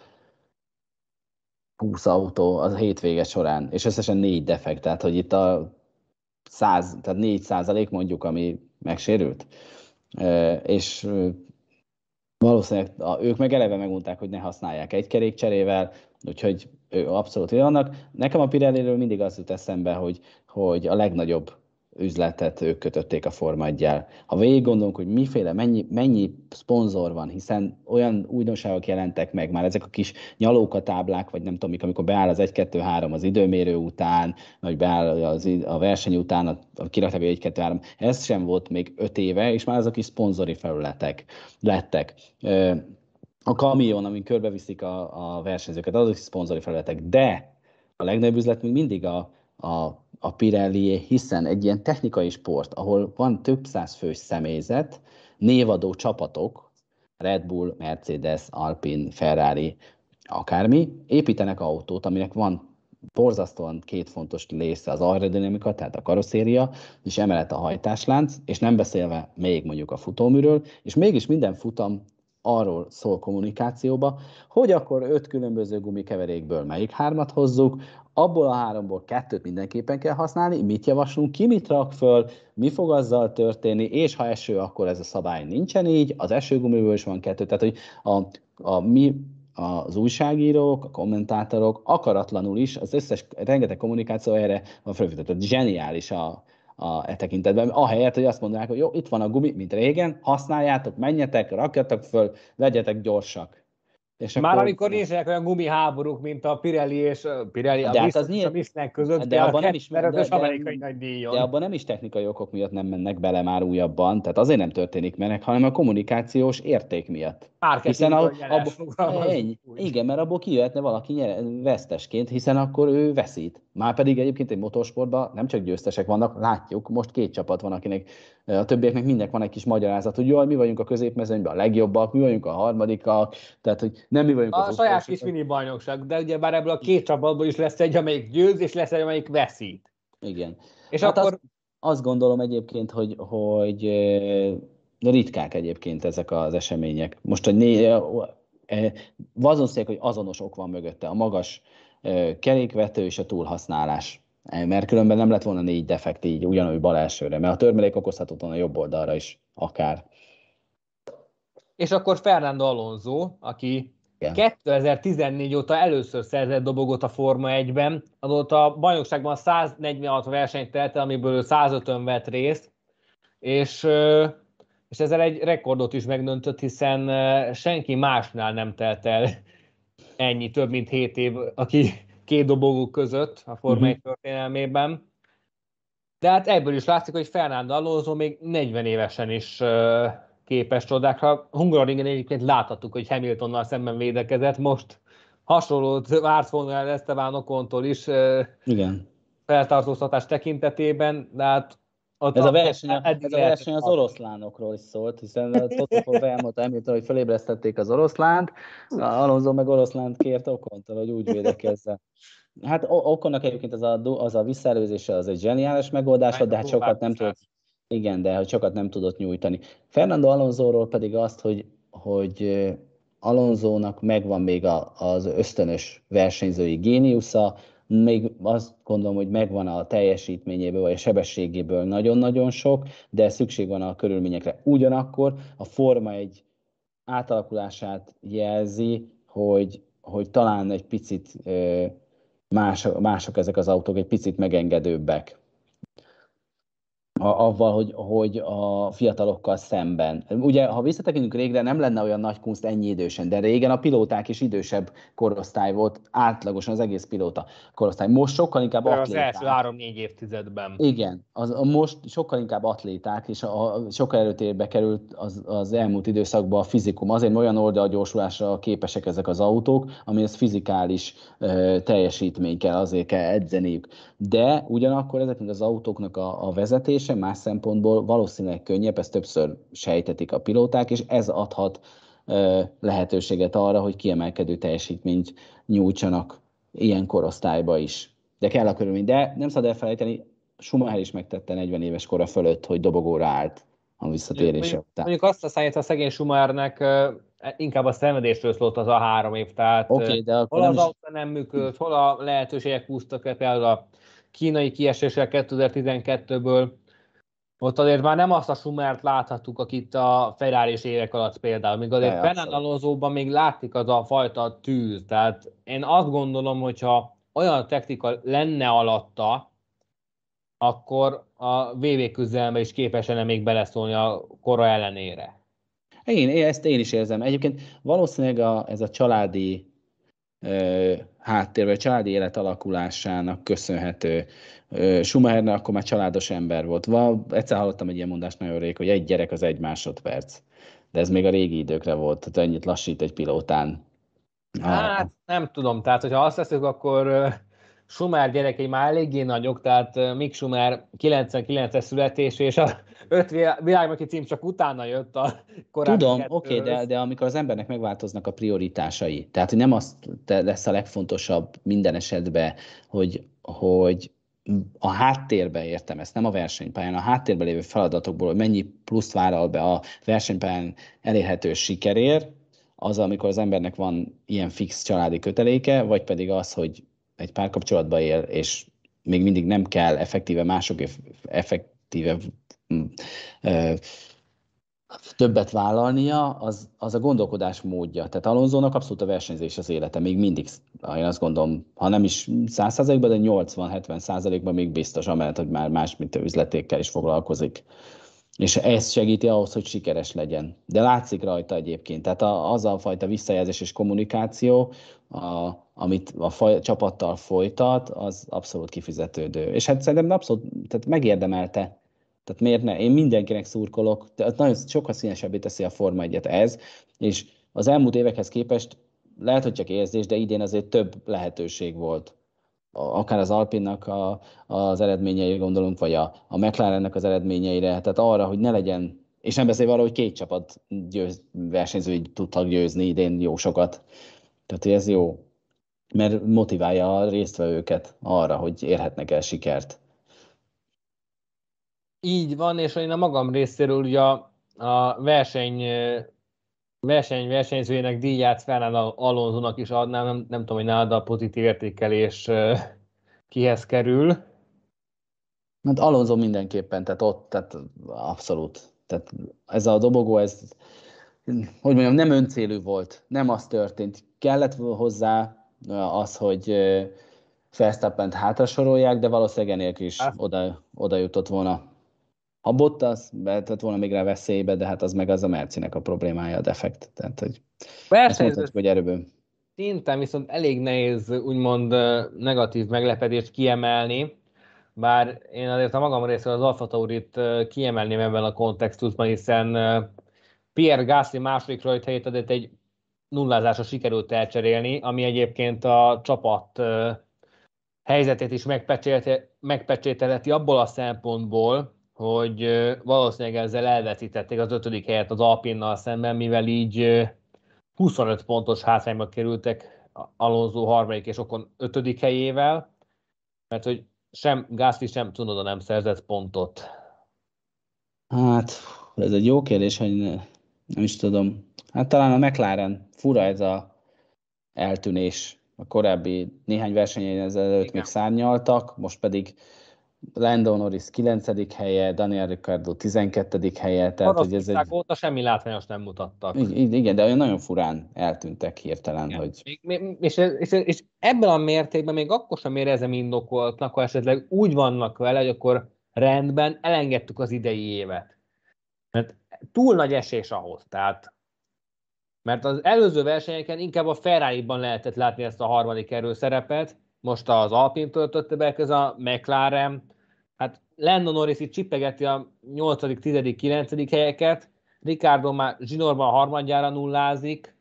20 autó az hétvége során, és összesen 4 defekt, tehát hogy itt a 100, tehát 4% mondjuk, ami megsérült. És valószínűleg ők meg eleve megmondták, hogy ne használják egy kerékcserével, úgyhogy abszolút vannak. Nekem a Pirelliről mindig az jut eszembe, hogy a legnagyobb üzletet ők kötötték a Forma 1-jel. Ha végig gondolunk, hogy mennyi szponzor van, hiszen olyan újdonságok jelentek meg már, ezek a kis nyalókatáblák, vagy nem tudom, amikor beáll az 1-2-3 az időmérő után, vagy beáll a verseny után, kirakták, hogy 1-2-3, ez sem volt még 5 éve, és már azok is szponzori felületek lettek. A kamion, amin körbeviszik a versenyzőket, azok is szponzori felületek, de a legnagyobb üzlet még mindig a Pirelli, hiszen egy ilyen technikai sport, ahol van több száz fős személyzet, névadó csapatok, Red Bull, Mercedes, Alpine, Ferrari, akármi, építenek autót, aminek van borzasztóan 2 fontos része, az aerodinamika, tehát a karosszéria, és emellett a hajtáslánc, és nem beszélve még mondjuk a futóműről, és mégis minden futam arról szól kommunikációba, hogy akkor 5 különböző gumikeverékből melyik 3-at hozzuk, abból a 3-ból 2 mindenképpen kell használni, mit javaslunk, ki mit rak föl, mi fog azzal történni, és ha eső, akkor ez a szabály nincsen így, az esőgumiből is van 2, tehát hogy mi az újságírók, a kommentátorok akaratlanul is, az összes rengeteg kommunikáció erre van felfűtött, zseniális e tekintetben, ahelyett, hogy azt mondanák, hogy jó, itt van a gumi, mint régen, használjátok, menjetek, rakjatok föl, legyetek gyorsak. És már akkor, amikor nincsenek olyan gumiháborúk, mint a Pirelli és Pirelli, a Michelin között, de abban nem is, amerikai nagy díjon. De abban nem is technikai okok miatt nem mennek bele már újabban, tehát azért nem történik meg, hanem a kommunikációs érték miatt. Hiszen igen, mert abból kijöhetne valaki vesztesként, hiszen akkor ő veszít. Márpedig egyébként egy motorsportban nem csak győztesek vannak, látjuk, most 2 csapat van, akinek a többieknek mindnek van egy kis magyarázat, hogy jaj, mi vagyunk a középmezőnyben a legjobbak, mi vagyunk a harmadikak, tehát hogy nem mi vagyunk a saját kis mini bajnokság, de ugye bár ebből a 2 csapatból is lesz egy, amelyik győz, és lesz egy, amelyik veszít. Igen. És hát akkor... azt gondolom egyébként, hogy ritkák egyébként ezek az események. Most valószínűleg, hogy azonos ok van mögötte, a magas kerékvető és a túlhasználás. Mert különben nem lett volna 4 defekt így ugyanúgy bal elsőre, mert a törmelék okozhatott volna jobb oldalra is, akár. És akkor Fernando Alonso, aki 2014 óta először szerzett dobogot a Forma 1-ben, azóta a bajnokságban 146 versenyt telt, amiből 105-ön vett részt, és ezzel egy rekordot is megdöntött, hiszen senki másnál nem telt el ennyi, több mint 7 év, aki 2 dobogó között a Forma 1 történelmében. De hát ebből is látszik, hogy Fernando Alonso még 40 évesen is képes csodákra. Hungaroringen egyébként láthattuk, hogy Hamiltonnal szemben védekezett. Most hasonlót várt volna el Esteban Ocontól is feltartóztatás tekintetében, de hát ez a verseny az oroszlánokról is szólt, hiszen a Totopov elmondta Hamilton, hogy felébresztették az oroszlánt, Alonso meg oroszlánt kért Ocontól, hogy úgy védekezzen. Hát Oconnak egyébként az a visszaelőzése az egy zseniális megoldás, de hát sokat nem tudott. Igen, de hogy sokat nem tudott nyújtani. Fernando Alonsóról pedig azt, hogy Alonsónak megvan még az ösztönös versenyzői géniusza, még azt gondolom, hogy megvan a teljesítményéből, vagy a sebességéből nagyon-nagyon sok, de szükség van a körülményekre. Ugyanakkor a Forma egy átalakulását jelzi, hogy talán egy picit mások ezek az autók, egy picit megengedőbbek. Avval, hogy a fiatalokkal szemben. Ugye, ha visszatekintünk régre, nem lenne olyan nagy kunst ennyi idősen, de régen a pilóták is idősebb korosztály volt, átlagosan az egész pilóta korosztály. Most sokkal inkább atléták. Az első 3-4 évtizedben. Igen, most sokkal inkább atléták, és sokkal előtérbe került az elmúlt időszakban a fizikum. Azért olyan oldalgyorsulásra képesek ezek az autók, amihez fizikális teljesítmény kell, azért kell edzeniük. De ugyanakkor ezeknek az autóknak a vezetése más szempontból valószínűleg könnyebb, ezt többször sejtetik a pilóták, és ez adhat lehetőséget arra, hogy kiemelkedő teljesítményt nyújtsanak ilyen korosztályba is. de kell a körülmény. De nem szabad elfelejteni, Schumacher is megtette 40 éves kora fölött, hogy dobogóra állt a visszatérése után. Mondjuk azt a számít, a szegény Schumachernek inkább a szenvedésről szólt az a 3 év, tehát Oké, de akkor hol nem az is... autó nem működött, hol a lehetőségek húztak le, például a kínai kieséssel 2012-ből, ott azért már nem azt a Schumachert láthattuk, akit a Ferrari-s évek alatt például, még azért Fernando Alonsóban még látszik az a fajta tűz, tehát én azt gondolom, hogyha olyan technika lenne alatta, akkor a VB küzdelembe is képes lenne még beleszólni a kora ellenére. Ezt én is érzem. Egyébként valószínűleg ez a családi háttér, vagy családi élet alakulásának köszönhető. Schumachernek akkor már családos ember volt. Egyszer hallottam egy ilyen mondást nagyon rég, hogy egy gyerek az 1 másodperc. De ez még a régi időkre volt, tehát ennyit lassít egy pilótán. Hát nem tudom, tehát hogyha azt veszük, akkor Schumacher gyerekei már eléggé nagyok, tehát Mick Schumacher 99-es születés, és a 5 világbajnoki cím csak utána jött a korábbi Tudom, oké, de amikor az embernek megváltoznak a prioritásai, tehát hogy nem az lesz a legfontosabb minden esetben, hogy a háttérbe értem ezt, nem a versenypályán, a háttérben lévő feladatokból, hogy mennyi pluszt vállal be a versenypályán elérhető sikerért, az, amikor az embernek van ilyen fix családi köteléke, vagy pedig az, hogy egy párkapcsolatban él, és még mindig nem kell effektíve többet vállalnia, az a gondolkodás módja. Tehát Alonsónak abszolút a versenyzés az élete, még mindig, én azt gondolom, ha nem is 100%-ban, de 80-70%-ban még biztos, amellett, hogy már más, mint üzletékkel is foglalkozik. És ez segíti ahhoz, hogy sikeres legyen. De látszik rajta egyébként. Tehát az a fajta visszajelzés és kommunikáció, amit a csapattal folytat, az abszolút kifizetődő. És hát szerintem abszolút tehát megérdemelte. Tehát miért ne? Én mindenkinek szurkolok. Tehát nagyon sokkal színesebbé teszi a Forma 1-et ez, és az elmúlt évekhez képest lehet, hogy csak érzés, de idén azért több lehetőség volt. Akár az Alpinnak az eredményeire gondolunk, vagy a McLarennek az eredményeire, tehát arra, hogy ne legyen, és nem beszélve arra, hogy 2 csapat versenyzői tudtak győzni idén jó sokat. Tehát ez jó, mert motiválja a résztvevőket arra, hogy érhetnek el sikert. Így van, és én a magam részéről ugye a versenyzőjének díját Fernando Alonsónak is adnám, nem tudom, hogy nálad a pozitív értékelés kihez kerül. Hát Alonso mindenképpen, tehát abszolút. Tehát ez a dobogó, hogy mondjam, nem öncélű volt, nem az történt. Kellett hozzá az, hogy Verstappent hátra sorolják, de valószínűleg enélkül is oda jutott volna. Ha Bottas behetett volna még rá veszélybe, de hát az meg az a Mercinek a problémája, a defekt. Tehát, hogy ezt mondhatjuk, hogy erőből. Szinten viszont elég nehéz úgymond negatív meglepetést kiemelni, bár én azért a magam részéről az Alfa Taurit kiemelném ebben a kontextusban, hiszen Pierre Gasly második rajthelyét adott egy nullázásra sikerült elcserélni, ami egyébként a csapat helyzetét is megpecsételheti abból a szempontból, hogy valószínűleg ezzel elveszítették az 5. helyet az Alpinnal szemben, mivel így 25 pontos hátrányba kerültek Alonso 3. és Ocon 5. helyével, mert hogy sem Gasly, sem Tsunoda nem szerzett pontot. Hát, ez egy jó kérdés, hogy nem is tudom. Hát talán a McLaren fura ez a eltűnés. A korábbi néhány versenyen ezelőtt még szárnyaltak, most pedig Lando Norris 9. helye, Daniel Ricciardo 12. helye. Tehát, hogy ez egy... óta semmi látványos nem mutattak. Igen, de olyan nagyon furán eltűntek hirtelen. Igen. Hogy... És ebben a mértékben még akkor sem érezem indokoltnak, ha esetleg úgy vannak vele, hogy akkor rendben, elengedtük az idei évet. Mert túl nagy esés ahhoz. Tehát, mert az előző versenyeken inkább a Ferrari-ban lehetett látni ezt a 3. erőszerepet, most az Alpine töltötte be, ez a McLaren. Hát Lando Norris itt csipegeti a 8., 10., 9. helyeket, Ricciardo már zsinórban a 3. nullázik.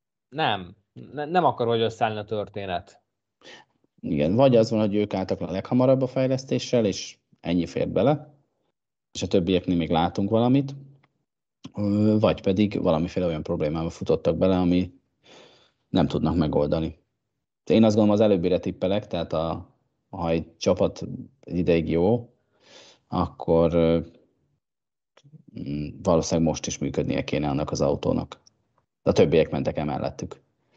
Nem akar, hogy összeállni a történet. Igen, vagy az van, hogy ők álltak a leghamarabb a fejlesztéssel, és ennyi fért bele, és a többieknél még látunk valamit, vagy pedig valamiféle olyan problémába futottak bele, ami nem tudnak megoldani. Én azt gondolom, az előbbire tippelek, tehát ha egy csapat egy ideig jó, akkor valószínűleg most is működnie kéne annak az autónak. De a többiek mentek el mellettük.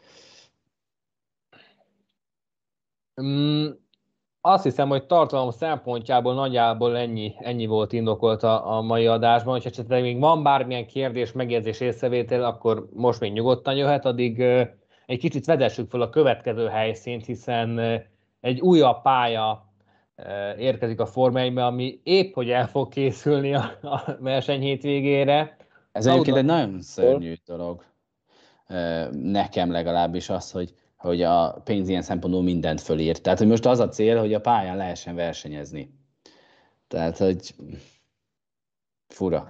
Azt hiszem, hogy tartalom szempontjából nagyjából ennyi volt indokolt a mai adásban. Hogyha esetleg még van bármilyen kérdés, megjegyzés, észrevétel, akkor most még nyugodtan jöhet, addig egy kicsit vezessük fel a következő helyszínt, hiszen egy újabb pálya érkezik a Forma 1-be, ami épp hogy el fog készülni a verseny hétvégére. Ez egyébként egy nagyon szörnyű dolog. Nekem legalábbis az, hogy a pénz ilyen szempontból mindent fölírt. Tehát, hogy most az a cél, hogy a pályán lehessen versenyezni. Tehát, hogy fura.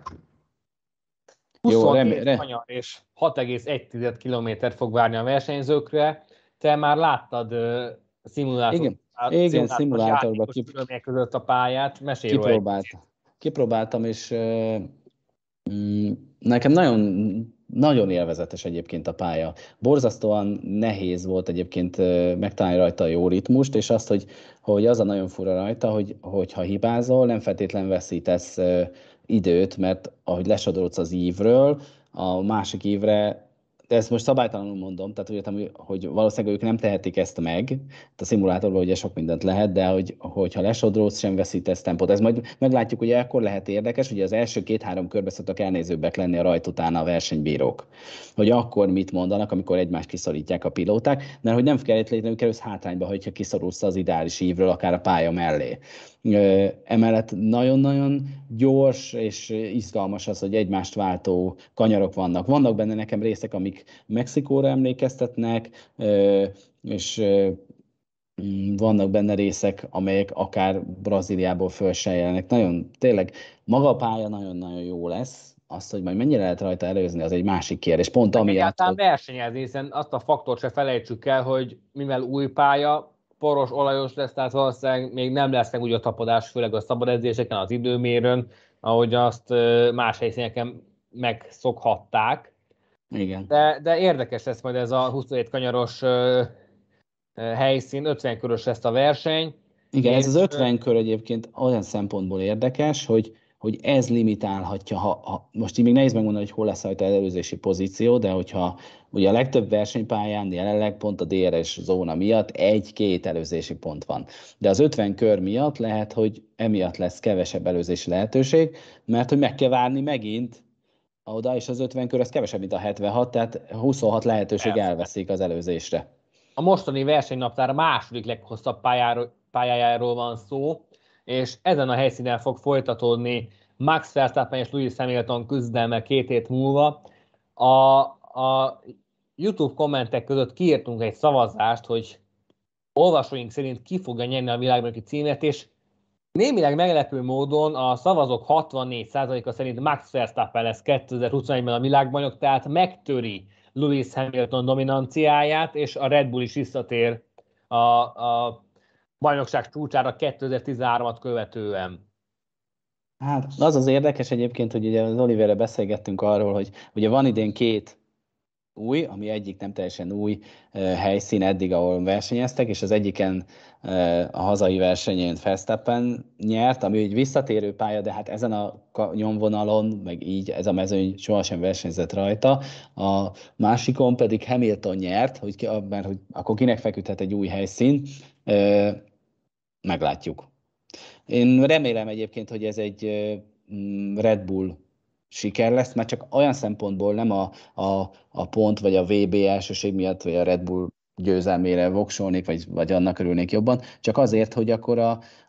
27 kanyar és 6,1 kilométer fog várni a versenyzőkre. Te már láttad szimulátorban között a pályát. Mesélj róla. Kipróbáltam, és nekem nagyon élvezetes egyébként a pálya. Borzasztóan nehéz volt egyébként megtalálni rajta a jó ritmust, és azt, hogy az a nagyon fura rajta, hogy ha hibázol, nem feltétlenül veszítesz időt, mert ahogy lesodródsz az ívről, a másik ívre, de ezt most szabálytalanul mondom, tehát úgy értem, hogy valószínűleg ők nem tehetik ezt meg, a szimulátorban ugye sok mindent lehet, de hogyha lesodródsz, sem veszítesz tempót. Ez majd meglátjuk, hogy akkor lehet érdekes, ugye az első 2-3 körbe szoktak elnézőbbek lenni a rajt után a versenybírók. Hogy akkor mit mondanak, amikor egymást kiszorítják a pilóták, mert hogy nem feltétlenül kerülsz hátrányba, hogyha kiszorulsz az ideális ívről, akár a pálya mellé. Emellett nagyon-nagyon gyors és izgalmas az, hogy egymást váltó kanyarok vannak. Vannak benne nekem részek, amik Mexikóra emlékeztetnek, és vannak benne részek, amelyek akár Brazíliából föl se jelennek. Nagyon, tényleg maga a pálya nagyon-nagyon jó lesz. Azt, hogy majd mennyire lehet rajta előzni, az egy másik kérdés. Pont amiatt, egyáltalán versenyezni, hiszen azt a faktort se felejtsük el, hogy mivel új pálya, poros, olajos lesz, tehát valószínűleg még nem lesznek úgy a tapadás, főleg a szabad edzéseken, az időmérőn, ahogy azt más helyszíneken megszokhatták. Igen. De érdekes lesz majd ez a 27 kanyaros helyszín, 50 körös lesz a verseny. Igen, ez az 50 kör egyébként olyan szempontból érdekes, hogy ez limitálhatja, most így még nehéz megmondani, hogy hol lesz rajta előzési pozíció, de hogyha ugye a legtöbb versenypályán jelenleg pont a DRS zóna miatt 1-2 előzési pont van. De az 50 kör miatt lehet, hogy emiatt lesz kevesebb előzési lehetőség, mert hogy meg kell várni megint oda, és az 50 kör az kevesebb, mint a 76, tehát 26 lehetőség elveszik az előzésre. A mostani versenynaptár a második leghosszabb pályájáról van szó, és ezen a helyszínen fog folytatódni Max Verstappen és Lewis Hamilton küzdelme 2 hét múlva. A YouTube kommentek között kiírtunk egy szavazást, hogy olvasóink szerint ki fogja nyerni a világbajnoki címet, és némileg meglepő módon a szavazók 64%-a szerint Max Verstappen lesz 2021-ben a világbajnok, tehát megtöri Lewis Hamilton dominanciáját, és a Red Bull is visszatér a bajnokság csúcsára 2013-at követően. Hát az érdekes egyébként, hogy ugye az Oliverre beszélgettünk arról, hogy ugye van idén 2 új, ami egyik nem teljesen új helyszín eddig, ahol versenyeztek, és az egyiken a hazai versenyén Verstappen nyert, ami egy visszatérő pálya, de hát ezen a nyomvonalon, meg így ez a mezőny sohasem versenyzett rajta. A másikon pedig Hamilton nyert, mert hogy akkor kinek feküdhet egy új helyszín, meglátjuk. Én remélem egyébként, hogy ez egy Red Bull siker lesz, mert csak olyan szempontból nem a pont vagy a VB elsőség miatt, vagy a Red Bull győzelmére voksolnék, vagy annak örülnék jobban, csak azért, hogy akkor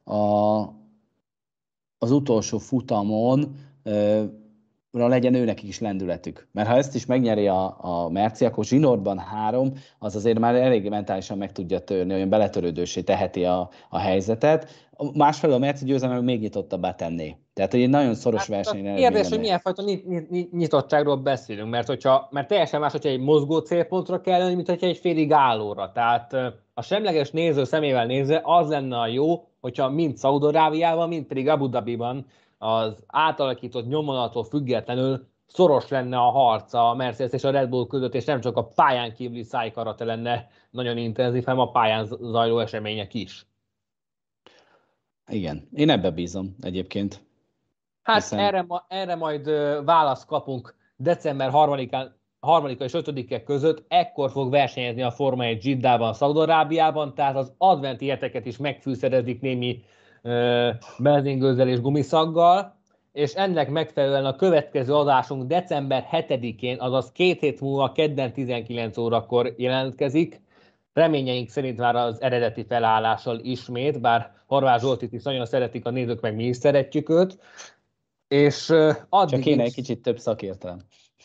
az utolsó futamon legyen őnek is lendületük. Mert ha ezt is megnyeri a Merci, akkor zsinórban 3, az azért már elég mentálisan meg tudja törni, olyan beletörődősé teheti a helyzetet. Másfelől a Merci győzelme még nyitottabbá tenné. Tehát, hogy egy nagyon szoros versenyre... Kérdés, hogy milyen fajta nyitottságról beszélünk, mert teljesen más, hogyha egy mozgó célpontra kell lenni, mint hogyha egy félig állóra. Tehát a semleges néző szemével nézve az lenne a jó, hogyha mind Szaúd-Arábiában, mind pedig Abu Dhabiban az átalakított nyomonattól függetlenül szoros lenne a harc a Mercedes és a Red Bull között, és nem csak a pályán kívüli szájkarate lenne nagyon intenzív, hanem a pályán zajló események is. Igen, én ebbe bízom egyébként. Hát Hiszen erre majd választ kapunk december 3-a és 5-e között, ekkor fog versenyezni a Forma 1 Jiddában, Szaúd-Arábiában, tehát az adventi heteket is megfűszerezik némi benzingőzzel és gumiszaggal, és ennek megfelelően a következő adásunk december 7-én, azaz 2 hét múlva kedden 19 órakor jelentkezik. Reményeink szerint már az eredeti felállással ismét, bár Horváth Zsoltit is nagyon szeretik a nézők, meg mi is szeretjük őt, és csak kéne egy kicsit több szakértelem.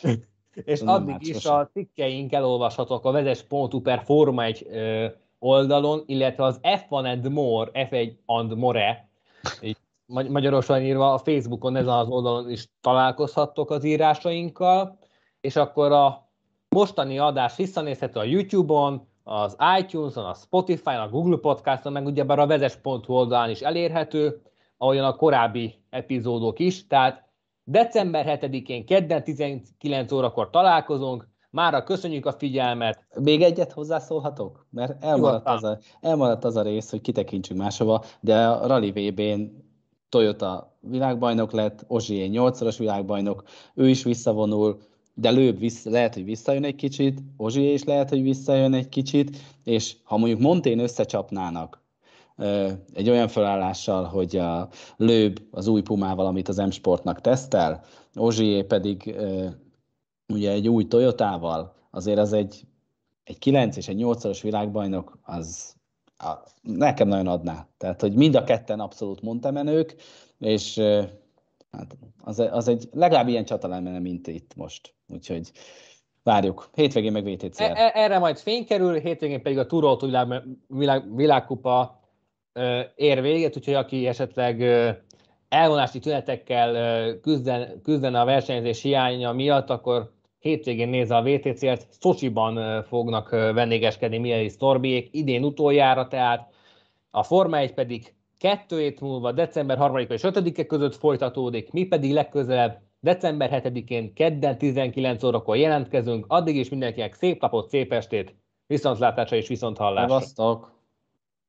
és addig is a cikkeink elolvashatók a vezes.hu/per Forma 1 oldalon, illetve az F1 and More, F1 and More, így magyarosan írva a Facebookon, ezen az oldalon is találkozhattok az írásainkkal, és akkor a mostani adás visszanézhető a YouTube-on, az iTunes-on, a Spotify-on, a Google Podcast-on, meg ugyebár a vezes.hu oldalán is elérhető, ahogyan a korábbi epizódok is, tehát december 7-én kedden 19 órakor találkozunk, mára köszönjük a figyelmet. Még egyet hozzászólhatok? Mert elmaradt az a rész, hogy kitekintsünk máshova, de a Rally VB-n Toyota világbajnok lett, Ogier 8-szoros világbajnok, ő is visszavonul, de Loeb lehet, hogy visszajön egy kicsit, Ogier is lehet, hogy visszajön egy kicsit, és ha mondjuk Montén összecsapnának egy olyan felállással, hogy a Loeb az új Pumával, amit az M-Sportnak tesztel, Ogier pedig ugye egy új Toyotával, azért az egy 9 és egy 8-szoros világbajnok, az nekem nagyon adná. Tehát, hogy mind a ketten abszolút mondtemenők, és hát az egy legalább ilyen csata lenne, mint itt most. Úgyhogy várjuk. Hétvégén meg VTCR. Erre majd fény kerül, hétvégén pedig a Tour Auto világkupa ér véget, úgyhogy aki esetleg elvonási tünetekkel küzdene a versenyzés hiánya miatt, akkor hétvégén nézze a VTCR-t, Szocsiban fognak vendégeskedni Mihály Sztorbiék, idén utoljára, tehát a Forma 1 pedig 2 hét múlva, december 3-a és 5-e között folytatódik, mi pedig legközelebb december 7-én kedden 19 órakor jelentkezünk, addig is mindenkinek szép napot, szép estét, viszontlátásra és viszonthallásra. Szevasztok!